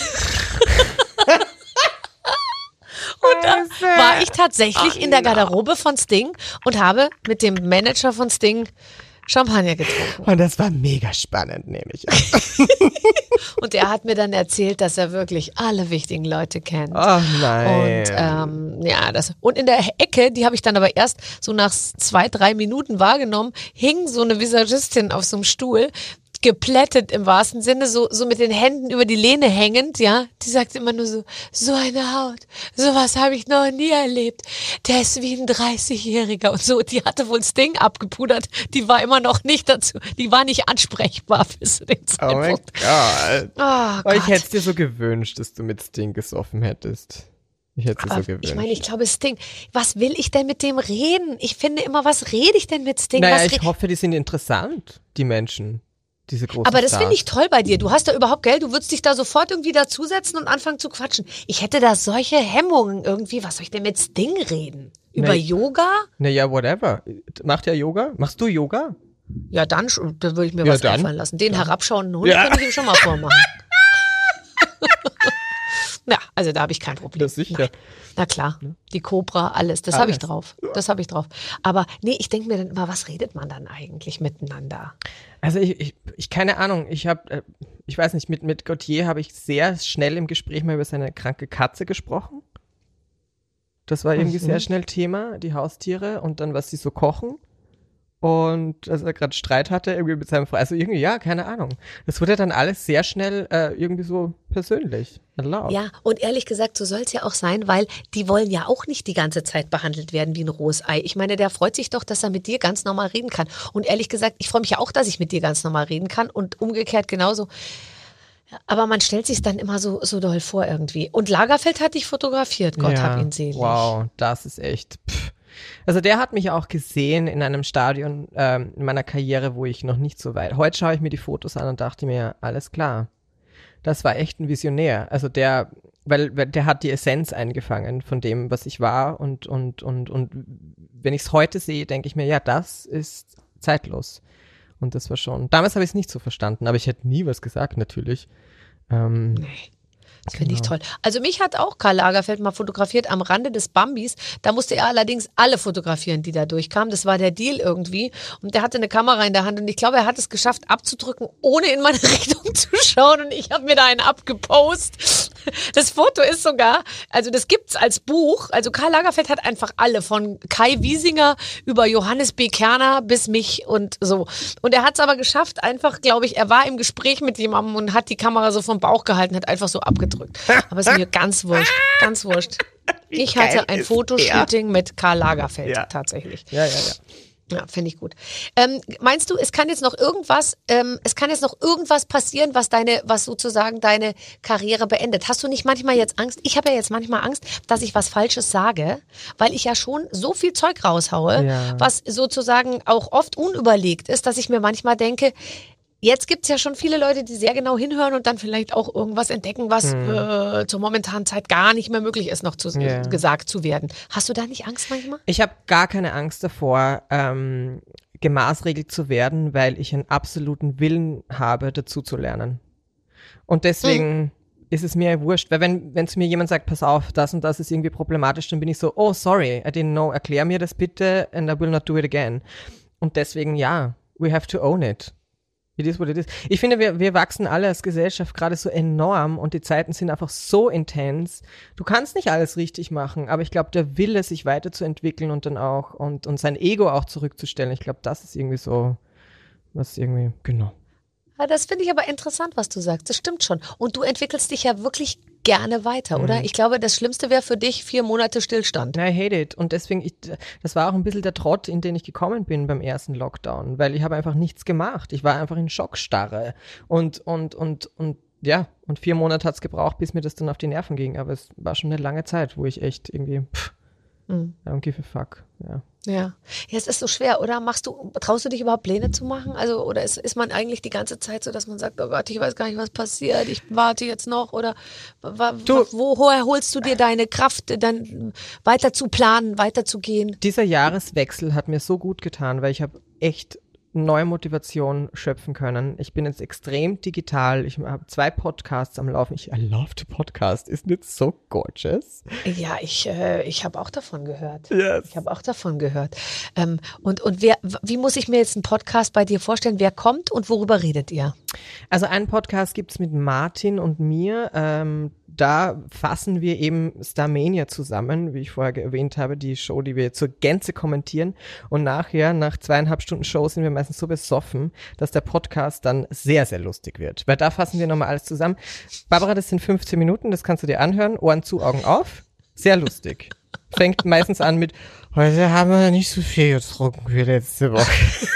S2: Und da war ich tatsächlich in der Garderobe von Sting und habe mit dem Manager von Sting Champagner getrunken.
S4: und das war mega spannend, nehme ich an.
S2: Und er hat mir dann erzählt, dass er wirklich alle wichtigen Leute kennt.
S4: Oh nein.
S2: Und ähm, ja, das und in der Ecke, die habe ich dann aber erst so nach zwei, drei Minuten wahrgenommen, hing so eine Visagistin auf so einem Stuhl, geplättet im wahrsten Sinne, so, so mit den Händen über die Lehne hängend, ja. Die sagt immer nur so, so eine Haut, sowas habe ich noch nie erlebt. Der ist wie ein dreißigjähriger und so. Die hatte wohl Sting abgepudert, die war immer noch nicht dazu, die war nicht ansprechbar bis zu dem
S4: Oh mein
S2: Zeitpunkt.
S4: Gott.
S2: Oh,
S4: Oh, ich
S2: Gott.
S4: hätte es dir so gewünscht, dass du mit Sting gesoffen hättest. Ich hätte es dir so
S2: Aber
S4: gewünscht.
S2: ich meine, ich glaube, Sting, was will ich denn mit dem reden? Ich finde immer, was rede ich denn mit Sting?
S4: naja,
S2: was
S4: ich
S2: re-
S4: hoffe, die sind interessant, die Menschen. Diese großen
S2: Aber das
S4: Stars.
S2: finde ich toll bei dir. Du hast da überhaupt Geld, du würdest dich da sofort irgendwie dazusetzen und anfangen zu quatschen. Ich hätte da solche Hemmungen irgendwie. Was soll ich denn mit Sting reden? Über
S4: Nee.
S2: Yoga?
S4: Naja, whatever. Macht er Yoga? Machst du Yoga?
S2: Ja, dann, sch- da würde ich mir
S4: Ja,
S2: was
S4: dann.
S2: einfallen lassen. Den herabschauenden Hund
S4: Ja.
S2: könnte ich ihm schon mal vormachen. Ja, also da habe ich kein Problem.
S4: Ja, sicher.
S2: Nein. Na klar, die Cobra, alles, das habe ich
S4: Alles.
S2: drauf. Das habe ich drauf. Aber nee, ich denke mir dann immer, was redet man dann eigentlich miteinander?
S4: Also ich, ich, ich keine Ahnung, ich habe, äh, ich weiß nicht, mit, mit Gautier habe ich sehr schnell im Gespräch mal über seine kranke Katze gesprochen. Das war irgendwie
S2: Mhm.
S4: sehr schnell Thema, die Haustiere und dann, was sie so kochen. Und dass er gerade Streit hatte irgendwie mit seinem Freund. Also irgendwie, ja, keine Ahnung. Das wurde dann alles sehr schnell äh, irgendwie so persönlich. Erlaubt.
S2: Ja, und ehrlich gesagt, so soll es ja auch sein, weil die wollen ja auch nicht die ganze Zeit behandelt werden wie ein rohes Ei. Ich meine, der freut sich doch, dass er mit dir ganz normal reden kann. Und ehrlich gesagt, ich freue mich ja auch, dass ich mit dir ganz normal reden kann und umgekehrt genauso. Aber man stellt sich dann immer so, so doll vor irgendwie. Und Lagerfeld hat dich fotografiert, Gott
S4: Ja,
S2: hab ihn selig.
S4: Wow, das ist echt. Pff. Also der hat mich auch gesehen in einem Stadion ähm, in meiner Karriere, wo ich noch nicht so weit. Heute schaue ich mir die Fotos an und dachte mir, alles klar. das war echt ein Visionär. Also der, weil, weil der hat die Essenz eingefangen von dem, was ich war und, und, und, und wenn ich es heute sehe, denke ich mir, ja, das ist zeitlos. Und das war schon, damals habe ich es nicht so verstanden, aber ich hätte nie was gesagt, natürlich. Ähm,
S2: Nee. Das finde ich
S4: Genau.
S2: toll. Also mich hat auch Karl Lagerfeld mal fotografiert am Rande des Bambis. Da musste er allerdings alle fotografieren, die da durchkamen. Das war der Deal irgendwie. Und der hatte eine Kamera in der Hand und ich glaube, er hat es geschafft abzudrücken, ohne in meine Richtung zu schauen. Und ich habe mir da einen abgepost. Das Foto ist sogar, also das gibt's als Buch. Also Karl Lagerfeld hat einfach alle, von Kai Wiesinger über Johannes B. Kerner bis mich und so. Und er hat es aber geschafft, einfach, glaube ich, er war im Gespräch mit jemandem und hat die Kamera so vom Bauch gehalten, hat einfach so abgedrückt. Aber es ist mir ganz wurscht, ganz wurscht. Ich
S4: geil
S2: hatte ein
S4: ist
S2: Fotoshooting mit Karl Lagerfeld,
S4: Ja.
S2: tatsächlich.
S4: ja, ja, ja.
S2: Ja, finde ich gut. Ähm, meinst du, es kann jetzt noch irgendwas, ähm, es kann jetzt noch irgendwas passieren, was deine, was sozusagen deine Karriere beendet? Hast du nicht manchmal jetzt Angst? Ich habe ja jetzt manchmal Angst, dass ich was Falsches sage, weil ich ja schon so viel Zeug raushaue,
S4: Ja.
S2: was sozusagen auch oft unüberlegt ist, dass ich mir manchmal denke, jetzt gibt's ja schon viele Leute, die sehr genau hinhören und dann vielleicht auch irgendwas entdecken, was äh, zur momentanen Zeit gar nicht mehr möglich ist, noch zu,
S4: Ja.
S2: gesagt zu werden. Hast du da nicht Angst manchmal?
S4: Ich habe gar keine Angst davor, ähm, gemaßregelt zu werden, weil ich einen absoluten Willen habe, dazu zu lernen. Und deswegen ist es mir wurscht, weil wenn wenn zu mir jemand sagt, pass auf, das und das ist irgendwie problematisch, dann bin ich so, oh, sorry, I didn't know, erklär mir das bitte and I will not do it again. Und deswegen, ja, we have to own it. It is what it is. Ich finde, wir, wir wachsen alle als Gesellschaft gerade so enorm und die Zeiten sind einfach so intens. Du kannst nicht alles richtig machen, aber ich glaube, der Wille, sich weiterzuentwickeln und dann auch und, und sein Ego auch zurückzustellen, ich glaube, das ist irgendwie so, was irgendwie, genau.
S2: Ja, das finde ich aber interessant, was du sagst. Das stimmt schon. Und du entwickelst dich ja wirklich gerne weiter, oder? Ich glaube, das Schlimmste wäre für dich vier Monate Stillstand.
S4: I hate it. Und deswegen, ich, das war auch ein bisschen der Trott, in den ich gekommen bin beim ersten Lockdown, weil ich habe einfach nichts gemacht. Ich war einfach in Schockstarre. Und, und, und, und, ja, und vier Monate hat es gebraucht, bis mir das dann auf die Nerven ging. Aber es war schon eine lange Zeit, wo ich echt irgendwie, pff,
S2: Mhm.
S4: I don't give a fuck, ja.
S2: Ja. Ja, es ist so schwer, oder? Machst du, traust du dich überhaupt Pläne zu machen? Also, oder ist, ist man eigentlich die ganze Zeit so, dass man sagt, oh Gott, ich weiß gar nicht, was passiert, ich warte jetzt noch, oder wa,
S4: Du-
S2: wo, woher holst du dir deine Kraft, dann weiter zu planen, weiter zu gehen?
S4: Dieser Jahreswechsel hat mir so gut getan, weil ich habe echt neue Motivation schöpfen können. Ich bin jetzt extrem digital. Ich habe zwei Podcasts am Laufen. Ich I love the podcast. Isn't it so gorgeous?
S2: Ja, ich, äh, ich habe auch davon gehört.
S4: Yes.
S2: Ich habe auch davon gehört. Ähm, und und wer, wie muss ich mir jetzt einen Podcast bei dir vorstellen? Wer kommt und worüber redet ihr?
S4: Also einen Podcast gibt's mit Martin und mir. Ähm, da fassen wir eben Starmania zusammen, wie ich vorher erwähnt habe, die Show, die wir zur Gänze kommentieren. Und nachher, nach zweieinhalb Stunden Show, sind wir meistens so besoffen, dass der Podcast dann sehr, sehr lustig wird. Weil da fassen wir nochmal alles zusammen. Barbara, das sind fünfzehn Minuten, das kannst du dir anhören. Ohren zu, Augen auf. Sehr lustig. Fängt meistens an mit, heute haben wir nicht so viel getrunken wie letzte Woche.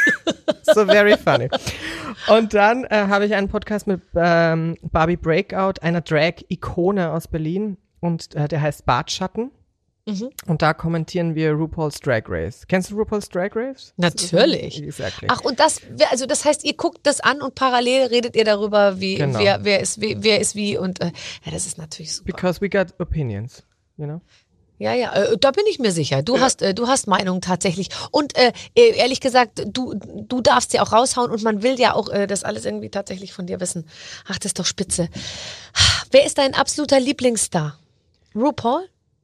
S4: So very funny. Und dann äh, habe ich einen Podcast mit ähm, Barbie Breakout, einer Drag-Ikone aus Berlin. Und äh, der heißt Bartschatten.
S2: Mhm.
S4: Und da kommentieren wir RuPaul's Drag Race. Kennst du RuPaul's Drag Race?
S2: Natürlich.
S4: Exactly.
S2: Ach, und das, also das heißt, ihr guckt das an und parallel redet ihr darüber, wie,
S4: Genau.
S2: wer, wer ist, wie, wer ist wie und, äh, ja, das ist natürlich super.
S4: Because we got opinions, you know?
S2: Ja, ja, äh, da bin ich mir sicher. Du hast, äh, du hast Meinung tatsächlich. Und äh, ehrlich gesagt, du, du darfst sie auch raushauen und man will ja auch äh, das alles irgendwie tatsächlich von dir wissen. Ach, das ist doch spitze. Wer ist dein absoluter Lieblingsstar? RuPaul?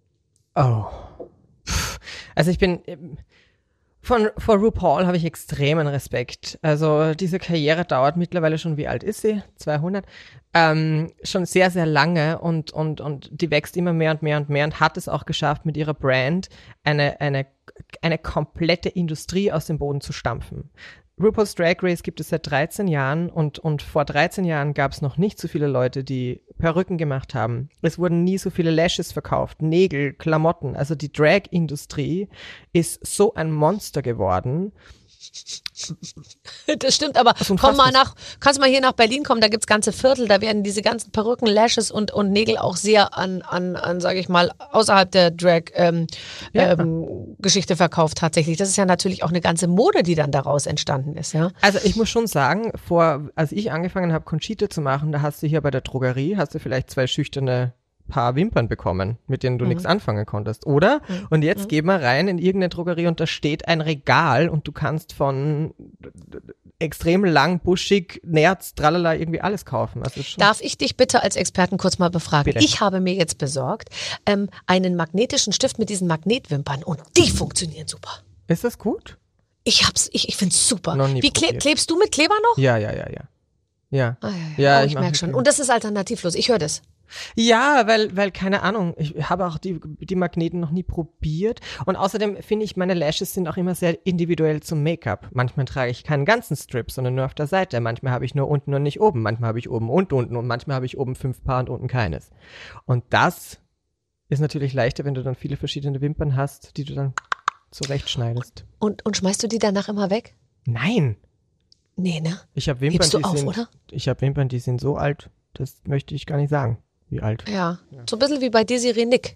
S4: Oh. Pff. Also ich bin, ähm, von, vor RuPaul habe ich extremen Respekt. Also diese Karriere dauert mittlerweile schon, wie alt ist sie? zweihundert? Ähm, schon sehr, sehr lange und, und, und die wächst immer mehr und mehr und mehr und hat es auch geschafft, mit ihrer Brand eine, eine, eine komplette Industrie aus dem Boden zu stampfen. RuPaul's Drag Race gibt es seit dreizehn Jahren und, und vor dreizehn Jahren gab es noch nicht so viele Leute, die Perücken gemacht haben. Es wurden nie so viele Lashes verkauft, Nägel, Klamotten. Also die Drag-Industrie ist so ein Monster geworden
S2: Das stimmt, aber komm mal nach, kannst mal hier nach Berlin kommen, da gibt's ganze Viertel, da werden diese ganzen Perücken, Lashes und, und Nägel auch sehr an, an, an sage ich mal, außerhalb der Drag-Geschichte ähm,
S4: ja.
S2: ähm, verkauft tatsächlich. Das ist ja natürlich auch eine ganze Mode, die dann daraus entstanden ist, ja.
S4: Also ich muss schon sagen, vor, als ich angefangen habe, Conchita zu machen, da hast du hier bei der Drogerie, hast du vielleicht zwei schüchterne Paar Wimpern bekommen, mit denen du mhm. nichts anfangen konntest, oder? Mhm. Und jetzt mhm. geh mal rein in irgendeine Drogerie und da steht ein Regal und du kannst von extrem lang, buschig, Nerz, tralala, irgendwie alles kaufen. Also schon
S2: Darf ich dich bitte als Experten kurz mal befragen? Bitte. Ich habe mir jetzt besorgt ähm, einen magnetischen Stift mit diesen Magnetwimpern und die funktionieren super.
S4: Ist das gut?
S2: Ich hab's, ich, ich find's super.
S4: Noch nie
S2: Wie kleb, klebst du mit Kleber noch?
S4: Ja, ja, ja, ja. Ja,
S2: ah, ja, ja.
S4: ja
S2: oh,
S4: ich,
S2: ich merke schon. Und das ist alternativlos. Ich höre das.
S4: Ja, weil, weil, keine Ahnung, ich habe auch die, die Magneten noch nie probiert und außerdem finde ich, meine Lashes sind auch immer sehr individuell zum Make-up. Manchmal trage ich keinen ganzen Strip, sondern nur auf der Seite. Manchmal habe ich nur unten und nicht oben. Manchmal habe ich oben und unten und manchmal habe ich oben fünf Paar und unten keines. Und das ist natürlich leichter, wenn du dann viele verschiedene Wimpern hast, die du dann zurechtschneidest.
S2: Und, und schmeißt du die danach immer weg?
S4: Nein.
S2: Nee, ne?
S4: Ich habe Wimpern,
S2: Hebst du
S4: die
S2: auf,
S4: sind,
S2: oder?
S4: Ich habe Wimpern, die sind so alt, das möchte ich gar nicht sagen. Wie alt?
S2: Ja, ja, so ein bisschen wie bei Desiree Nick.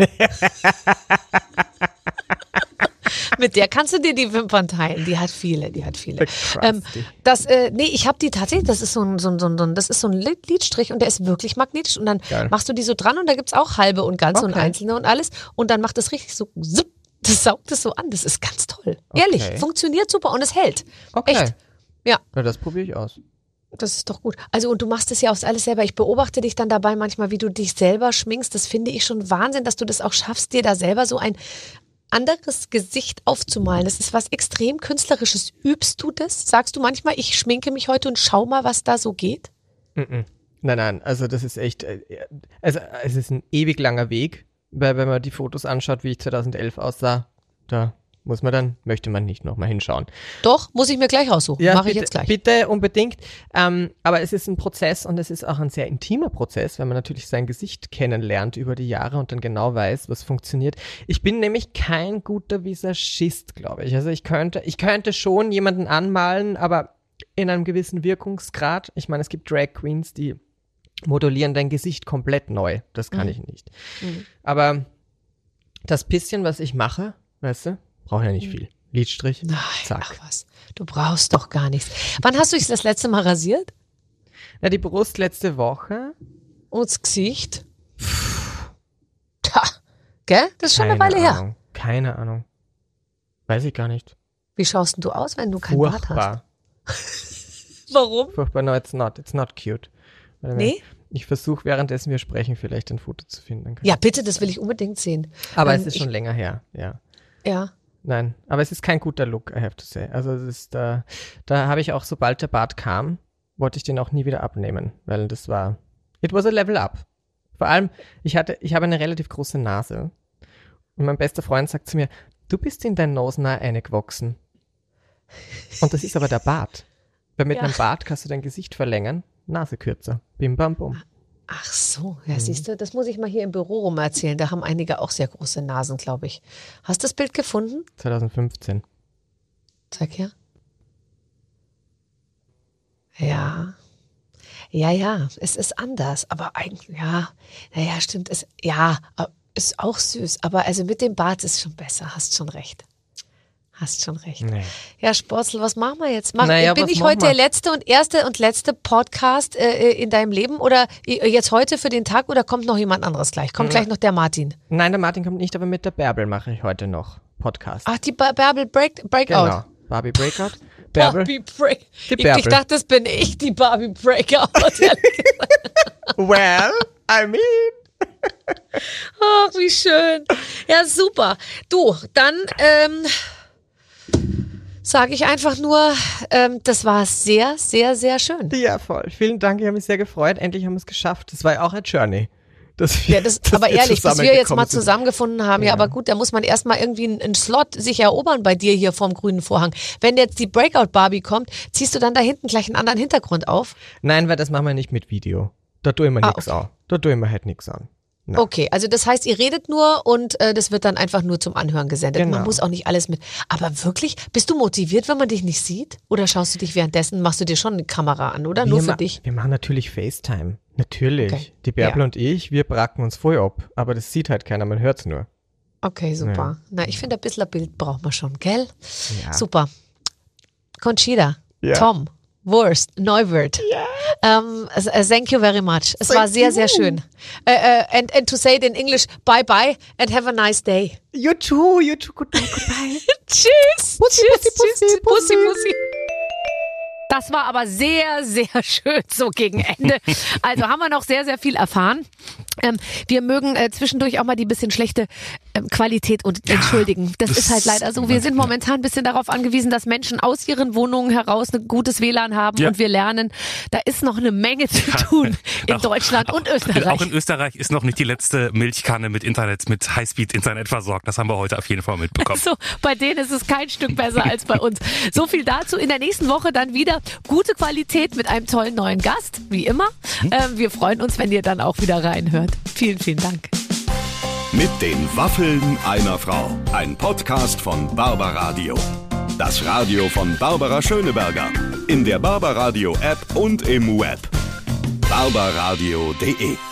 S2: Mit der kannst du dir die Wimpern teilen. Die hat viele, die hat viele. Ähm, das, äh, nee, ich habe die tatsächlich, das ist so ein, so ein, so ein, das ist so ein Lidstrich und der ist wirklich magnetisch. Und dann Geil. machst du die so dran und da gibt's auch halbe und ganze okay. und einzelne und alles. Und dann macht das richtig so, zipp, das saugt es so an. Das ist ganz toll. Okay. Ehrlich, funktioniert super und es hält.
S4: Okay.
S2: Echt. Ja.
S4: Na, das probiere ich aus.
S2: Das ist doch gut. Also und du machst es ja auch alles selber. Ich beobachte dich dann dabei manchmal, wie du dich selber schminkst. Das finde ich schon Wahnsinn, dass du das auch schaffst, dir da selber so ein anderes Gesicht aufzumalen. Das ist was extrem Künstlerisches. Übst du das? Sagst du manchmal, ich schminke mich heute und schau mal, was da so geht?
S4: Mm-mm. Nein, nein, also das ist echt, also es ist ein ewig langer Weg, weil wenn man die Fotos anschaut, wie ich zweitausendelf aussah, da muss man dann, möchte man nicht nochmal hinschauen.
S2: Doch, muss ich mir gleich raussuchen.
S4: Ja,
S2: mache ich
S4: bitte,
S2: jetzt gleich.
S4: Bitte, unbedingt. Ähm, aber es ist ein Prozess und es ist auch ein sehr intimer Prozess, wenn man natürlich sein Gesicht kennenlernt über die Jahre und dann genau weiß, was funktioniert. Ich bin nämlich kein guter Visagist, glaube ich. Also ich könnte, ich könnte schon jemanden anmalen, aber in einem gewissen Wirkungsgrad. Ich meine, es gibt Drag Queens, die modulieren dein Gesicht komplett neu. Das kann mhm. ich nicht. Mhm. Aber das bisschen, was ich mache, weißt du, brauche ja nicht viel. Lidstrich,
S2: Nein,
S4: zack.
S2: Ach was, du brauchst doch gar nichts. Wann hast du dich das letzte Mal rasiert?
S4: Na, die Brust letzte Woche.
S2: Und das Gesicht? Tja, gell? Das ist schon
S4: Keine
S2: eine Weile
S4: Ahnung.
S2: her.
S4: Keine Ahnung. Weiß ich gar nicht.
S2: Wie schaust denn du aus, wenn du kein
S4: Furchtbar.
S2: Bart hast? Warum?
S4: Furchtbar, no, it's not. It's not cute. Warte,
S2: nee?
S4: Ich versuche, währenddessen wir sprechen, vielleicht ein Foto zu finden.
S2: Ja, bitte, das will ich unbedingt sehen.
S4: Aber
S2: ähm,
S4: es ist schon ich, länger her, ja.
S2: Ja.
S4: Nein, aber es ist kein guter Look, I have to say. Also es ist, da, da habe ich auch, sobald der Bart kam, wollte ich den auch nie wieder abnehmen, weil das war, it was a level up. Vor allem, ich hatte, ich habe eine relativ große Nase und mein bester Freund sagt zu mir, du bist in dein Nosnah eingewachsen. Und das ist aber der Bart. Weil mit ja. einem Bart kannst du dein Gesicht verlängern, Nase kürzer. Bim, bam, bum.
S2: Ach so, ja, mhm. siehst du, das muss ich mal hier im Büro rum erzählen. Da haben einige auch sehr große Nasen, glaube ich. Hast du das Bild gefunden?
S4: zwanzig fünfzehn.
S2: Zeig her. Ja. Ja, ja, es ist anders, aber eigentlich, ja, naja, stimmt, es, ja, ist auch süß, aber also mit dem Bart ist schon besser, hast schon recht. Hast schon recht. Nee. Ja, Sportzel, was machen wir jetzt? Mach,
S4: naja,
S2: bin ich heute
S4: wir?
S2: der letzte und erste und letzte Podcast äh, in deinem Leben oder jetzt heute für den Tag oder kommt noch jemand anderes gleich? Kommt ja. gleich noch der Martin?
S4: Nein, der Martin kommt nicht, aber mit der Bärbel mache ich heute noch Podcast.
S2: Ach, die ba- Bärbel Break, Breakout.
S4: Genau, Barbie Breakout. Bärbel.
S2: Barbie Break.
S4: Die Bärbel.
S2: Ich, ich dachte, das bin ich, die Barbie Breakout.
S4: Well, I mean...
S2: Ach, wie schön. Ja, super. Du, dann... Ähm, sage ich einfach nur, ähm, das war sehr, sehr, sehr schön.
S4: Ja, voll. Vielen Dank, ich habe mich sehr gefreut. Endlich haben wir es geschafft. Das war ja auch eine Journey. Dass wir,
S2: ja, das,
S4: dass
S2: aber
S4: wir
S2: ehrlich, bis wir jetzt mal
S4: sind.
S2: zusammengefunden haben, ja. ja, aber gut, da muss man erstmal irgendwie einen, einen Slot sich erobern bei dir hier vorm grünen Vorhang. Wenn jetzt die Breakout-Barbie kommt, ziehst du dann da hinten gleich einen anderen Hintergrund auf?
S4: Nein, weil das machen wir nicht mit Video. Da tue ich mir
S2: ah,
S4: nichts
S2: okay.
S4: an. Da tue ich mir halt nichts an. Na.
S2: Okay, also das heißt, ihr redet nur und äh, das wird dann einfach nur zum Anhören gesendet.
S4: Genau.
S2: Man muss auch nicht alles mit. Aber wirklich, bist du motiviert, wenn man dich nicht sieht? Oder schaust du dich währenddessen, machst du dir schon eine Kamera an, oder?
S4: Wir
S2: Nur für
S4: ma-
S2: dich?
S4: Wir machen natürlich FaceTime. Natürlich.
S2: Okay.
S4: Die Bärbel
S2: Ja.
S4: und ich, wir bracken uns voll ab. Aber das sieht halt keiner, man hört's nur.
S2: Okay, super.
S4: Ja.
S2: Na, ich finde, ein bisschen ein Bild braucht man schon, gell?
S4: Ja.
S2: Super. Conchita,
S4: Ja.
S2: Tom, Wurst, Neuwirth.
S4: Ja.
S2: Um, uh, thank you very much. Es
S4: Thank
S2: war sehr,
S4: you.
S2: sehr schön. Uh, uh, and, and to say it in English, bye bye and have a nice day.
S4: You too, you too, goodbye, goodbye.
S2: Tschüss.
S4: Bussi,
S2: Tschüss,
S4: Bussi,
S2: tschüss,
S4: Bussi,
S2: Bussi, Bussi. Das war aber sehr, sehr schön so gegen Ende. Also haben wir noch sehr, sehr viel erfahren. Ähm, wir mögen äh, zwischendurch auch mal die bisschen schlechte ähm, Qualität und entschuldigen. Das,
S3: das
S2: ist halt leider so. Wir sind momentan ein bisschen darauf angewiesen, dass Menschen aus ihren Wohnungen heraus ein gutes W L A N haben
S3: Ja.
S2: und wir lernen, da ist noch eine Menge zu tun in
S3: Auch-
S2: Deutschland
S3: auch,
S2: und Österreich.
S3: Auch in Österreich ist noch nicht die letzte Milchkanne mit Internet, mit Highspeed-Internet versorgt. Das haben wir heute auf jeden Fall mitbekommen.
S2: So, bei denen ist es kein Stück besser als bei uns. So viel dazu. In der nächsten Woche dann wieder gute Qualität mit einem tollen neuen Gast, wie immer. Ähm, wir freuen uns, wenn ihr dann auch wieder reinhört. Vielen, vielen Dank.
S1: Mit den Waffeln einer Frau. Ein Podcast von Barbaradio. Das Radio von Barbara Schöneberger. In der Barbaradio App und im Web. barbaradio punkt de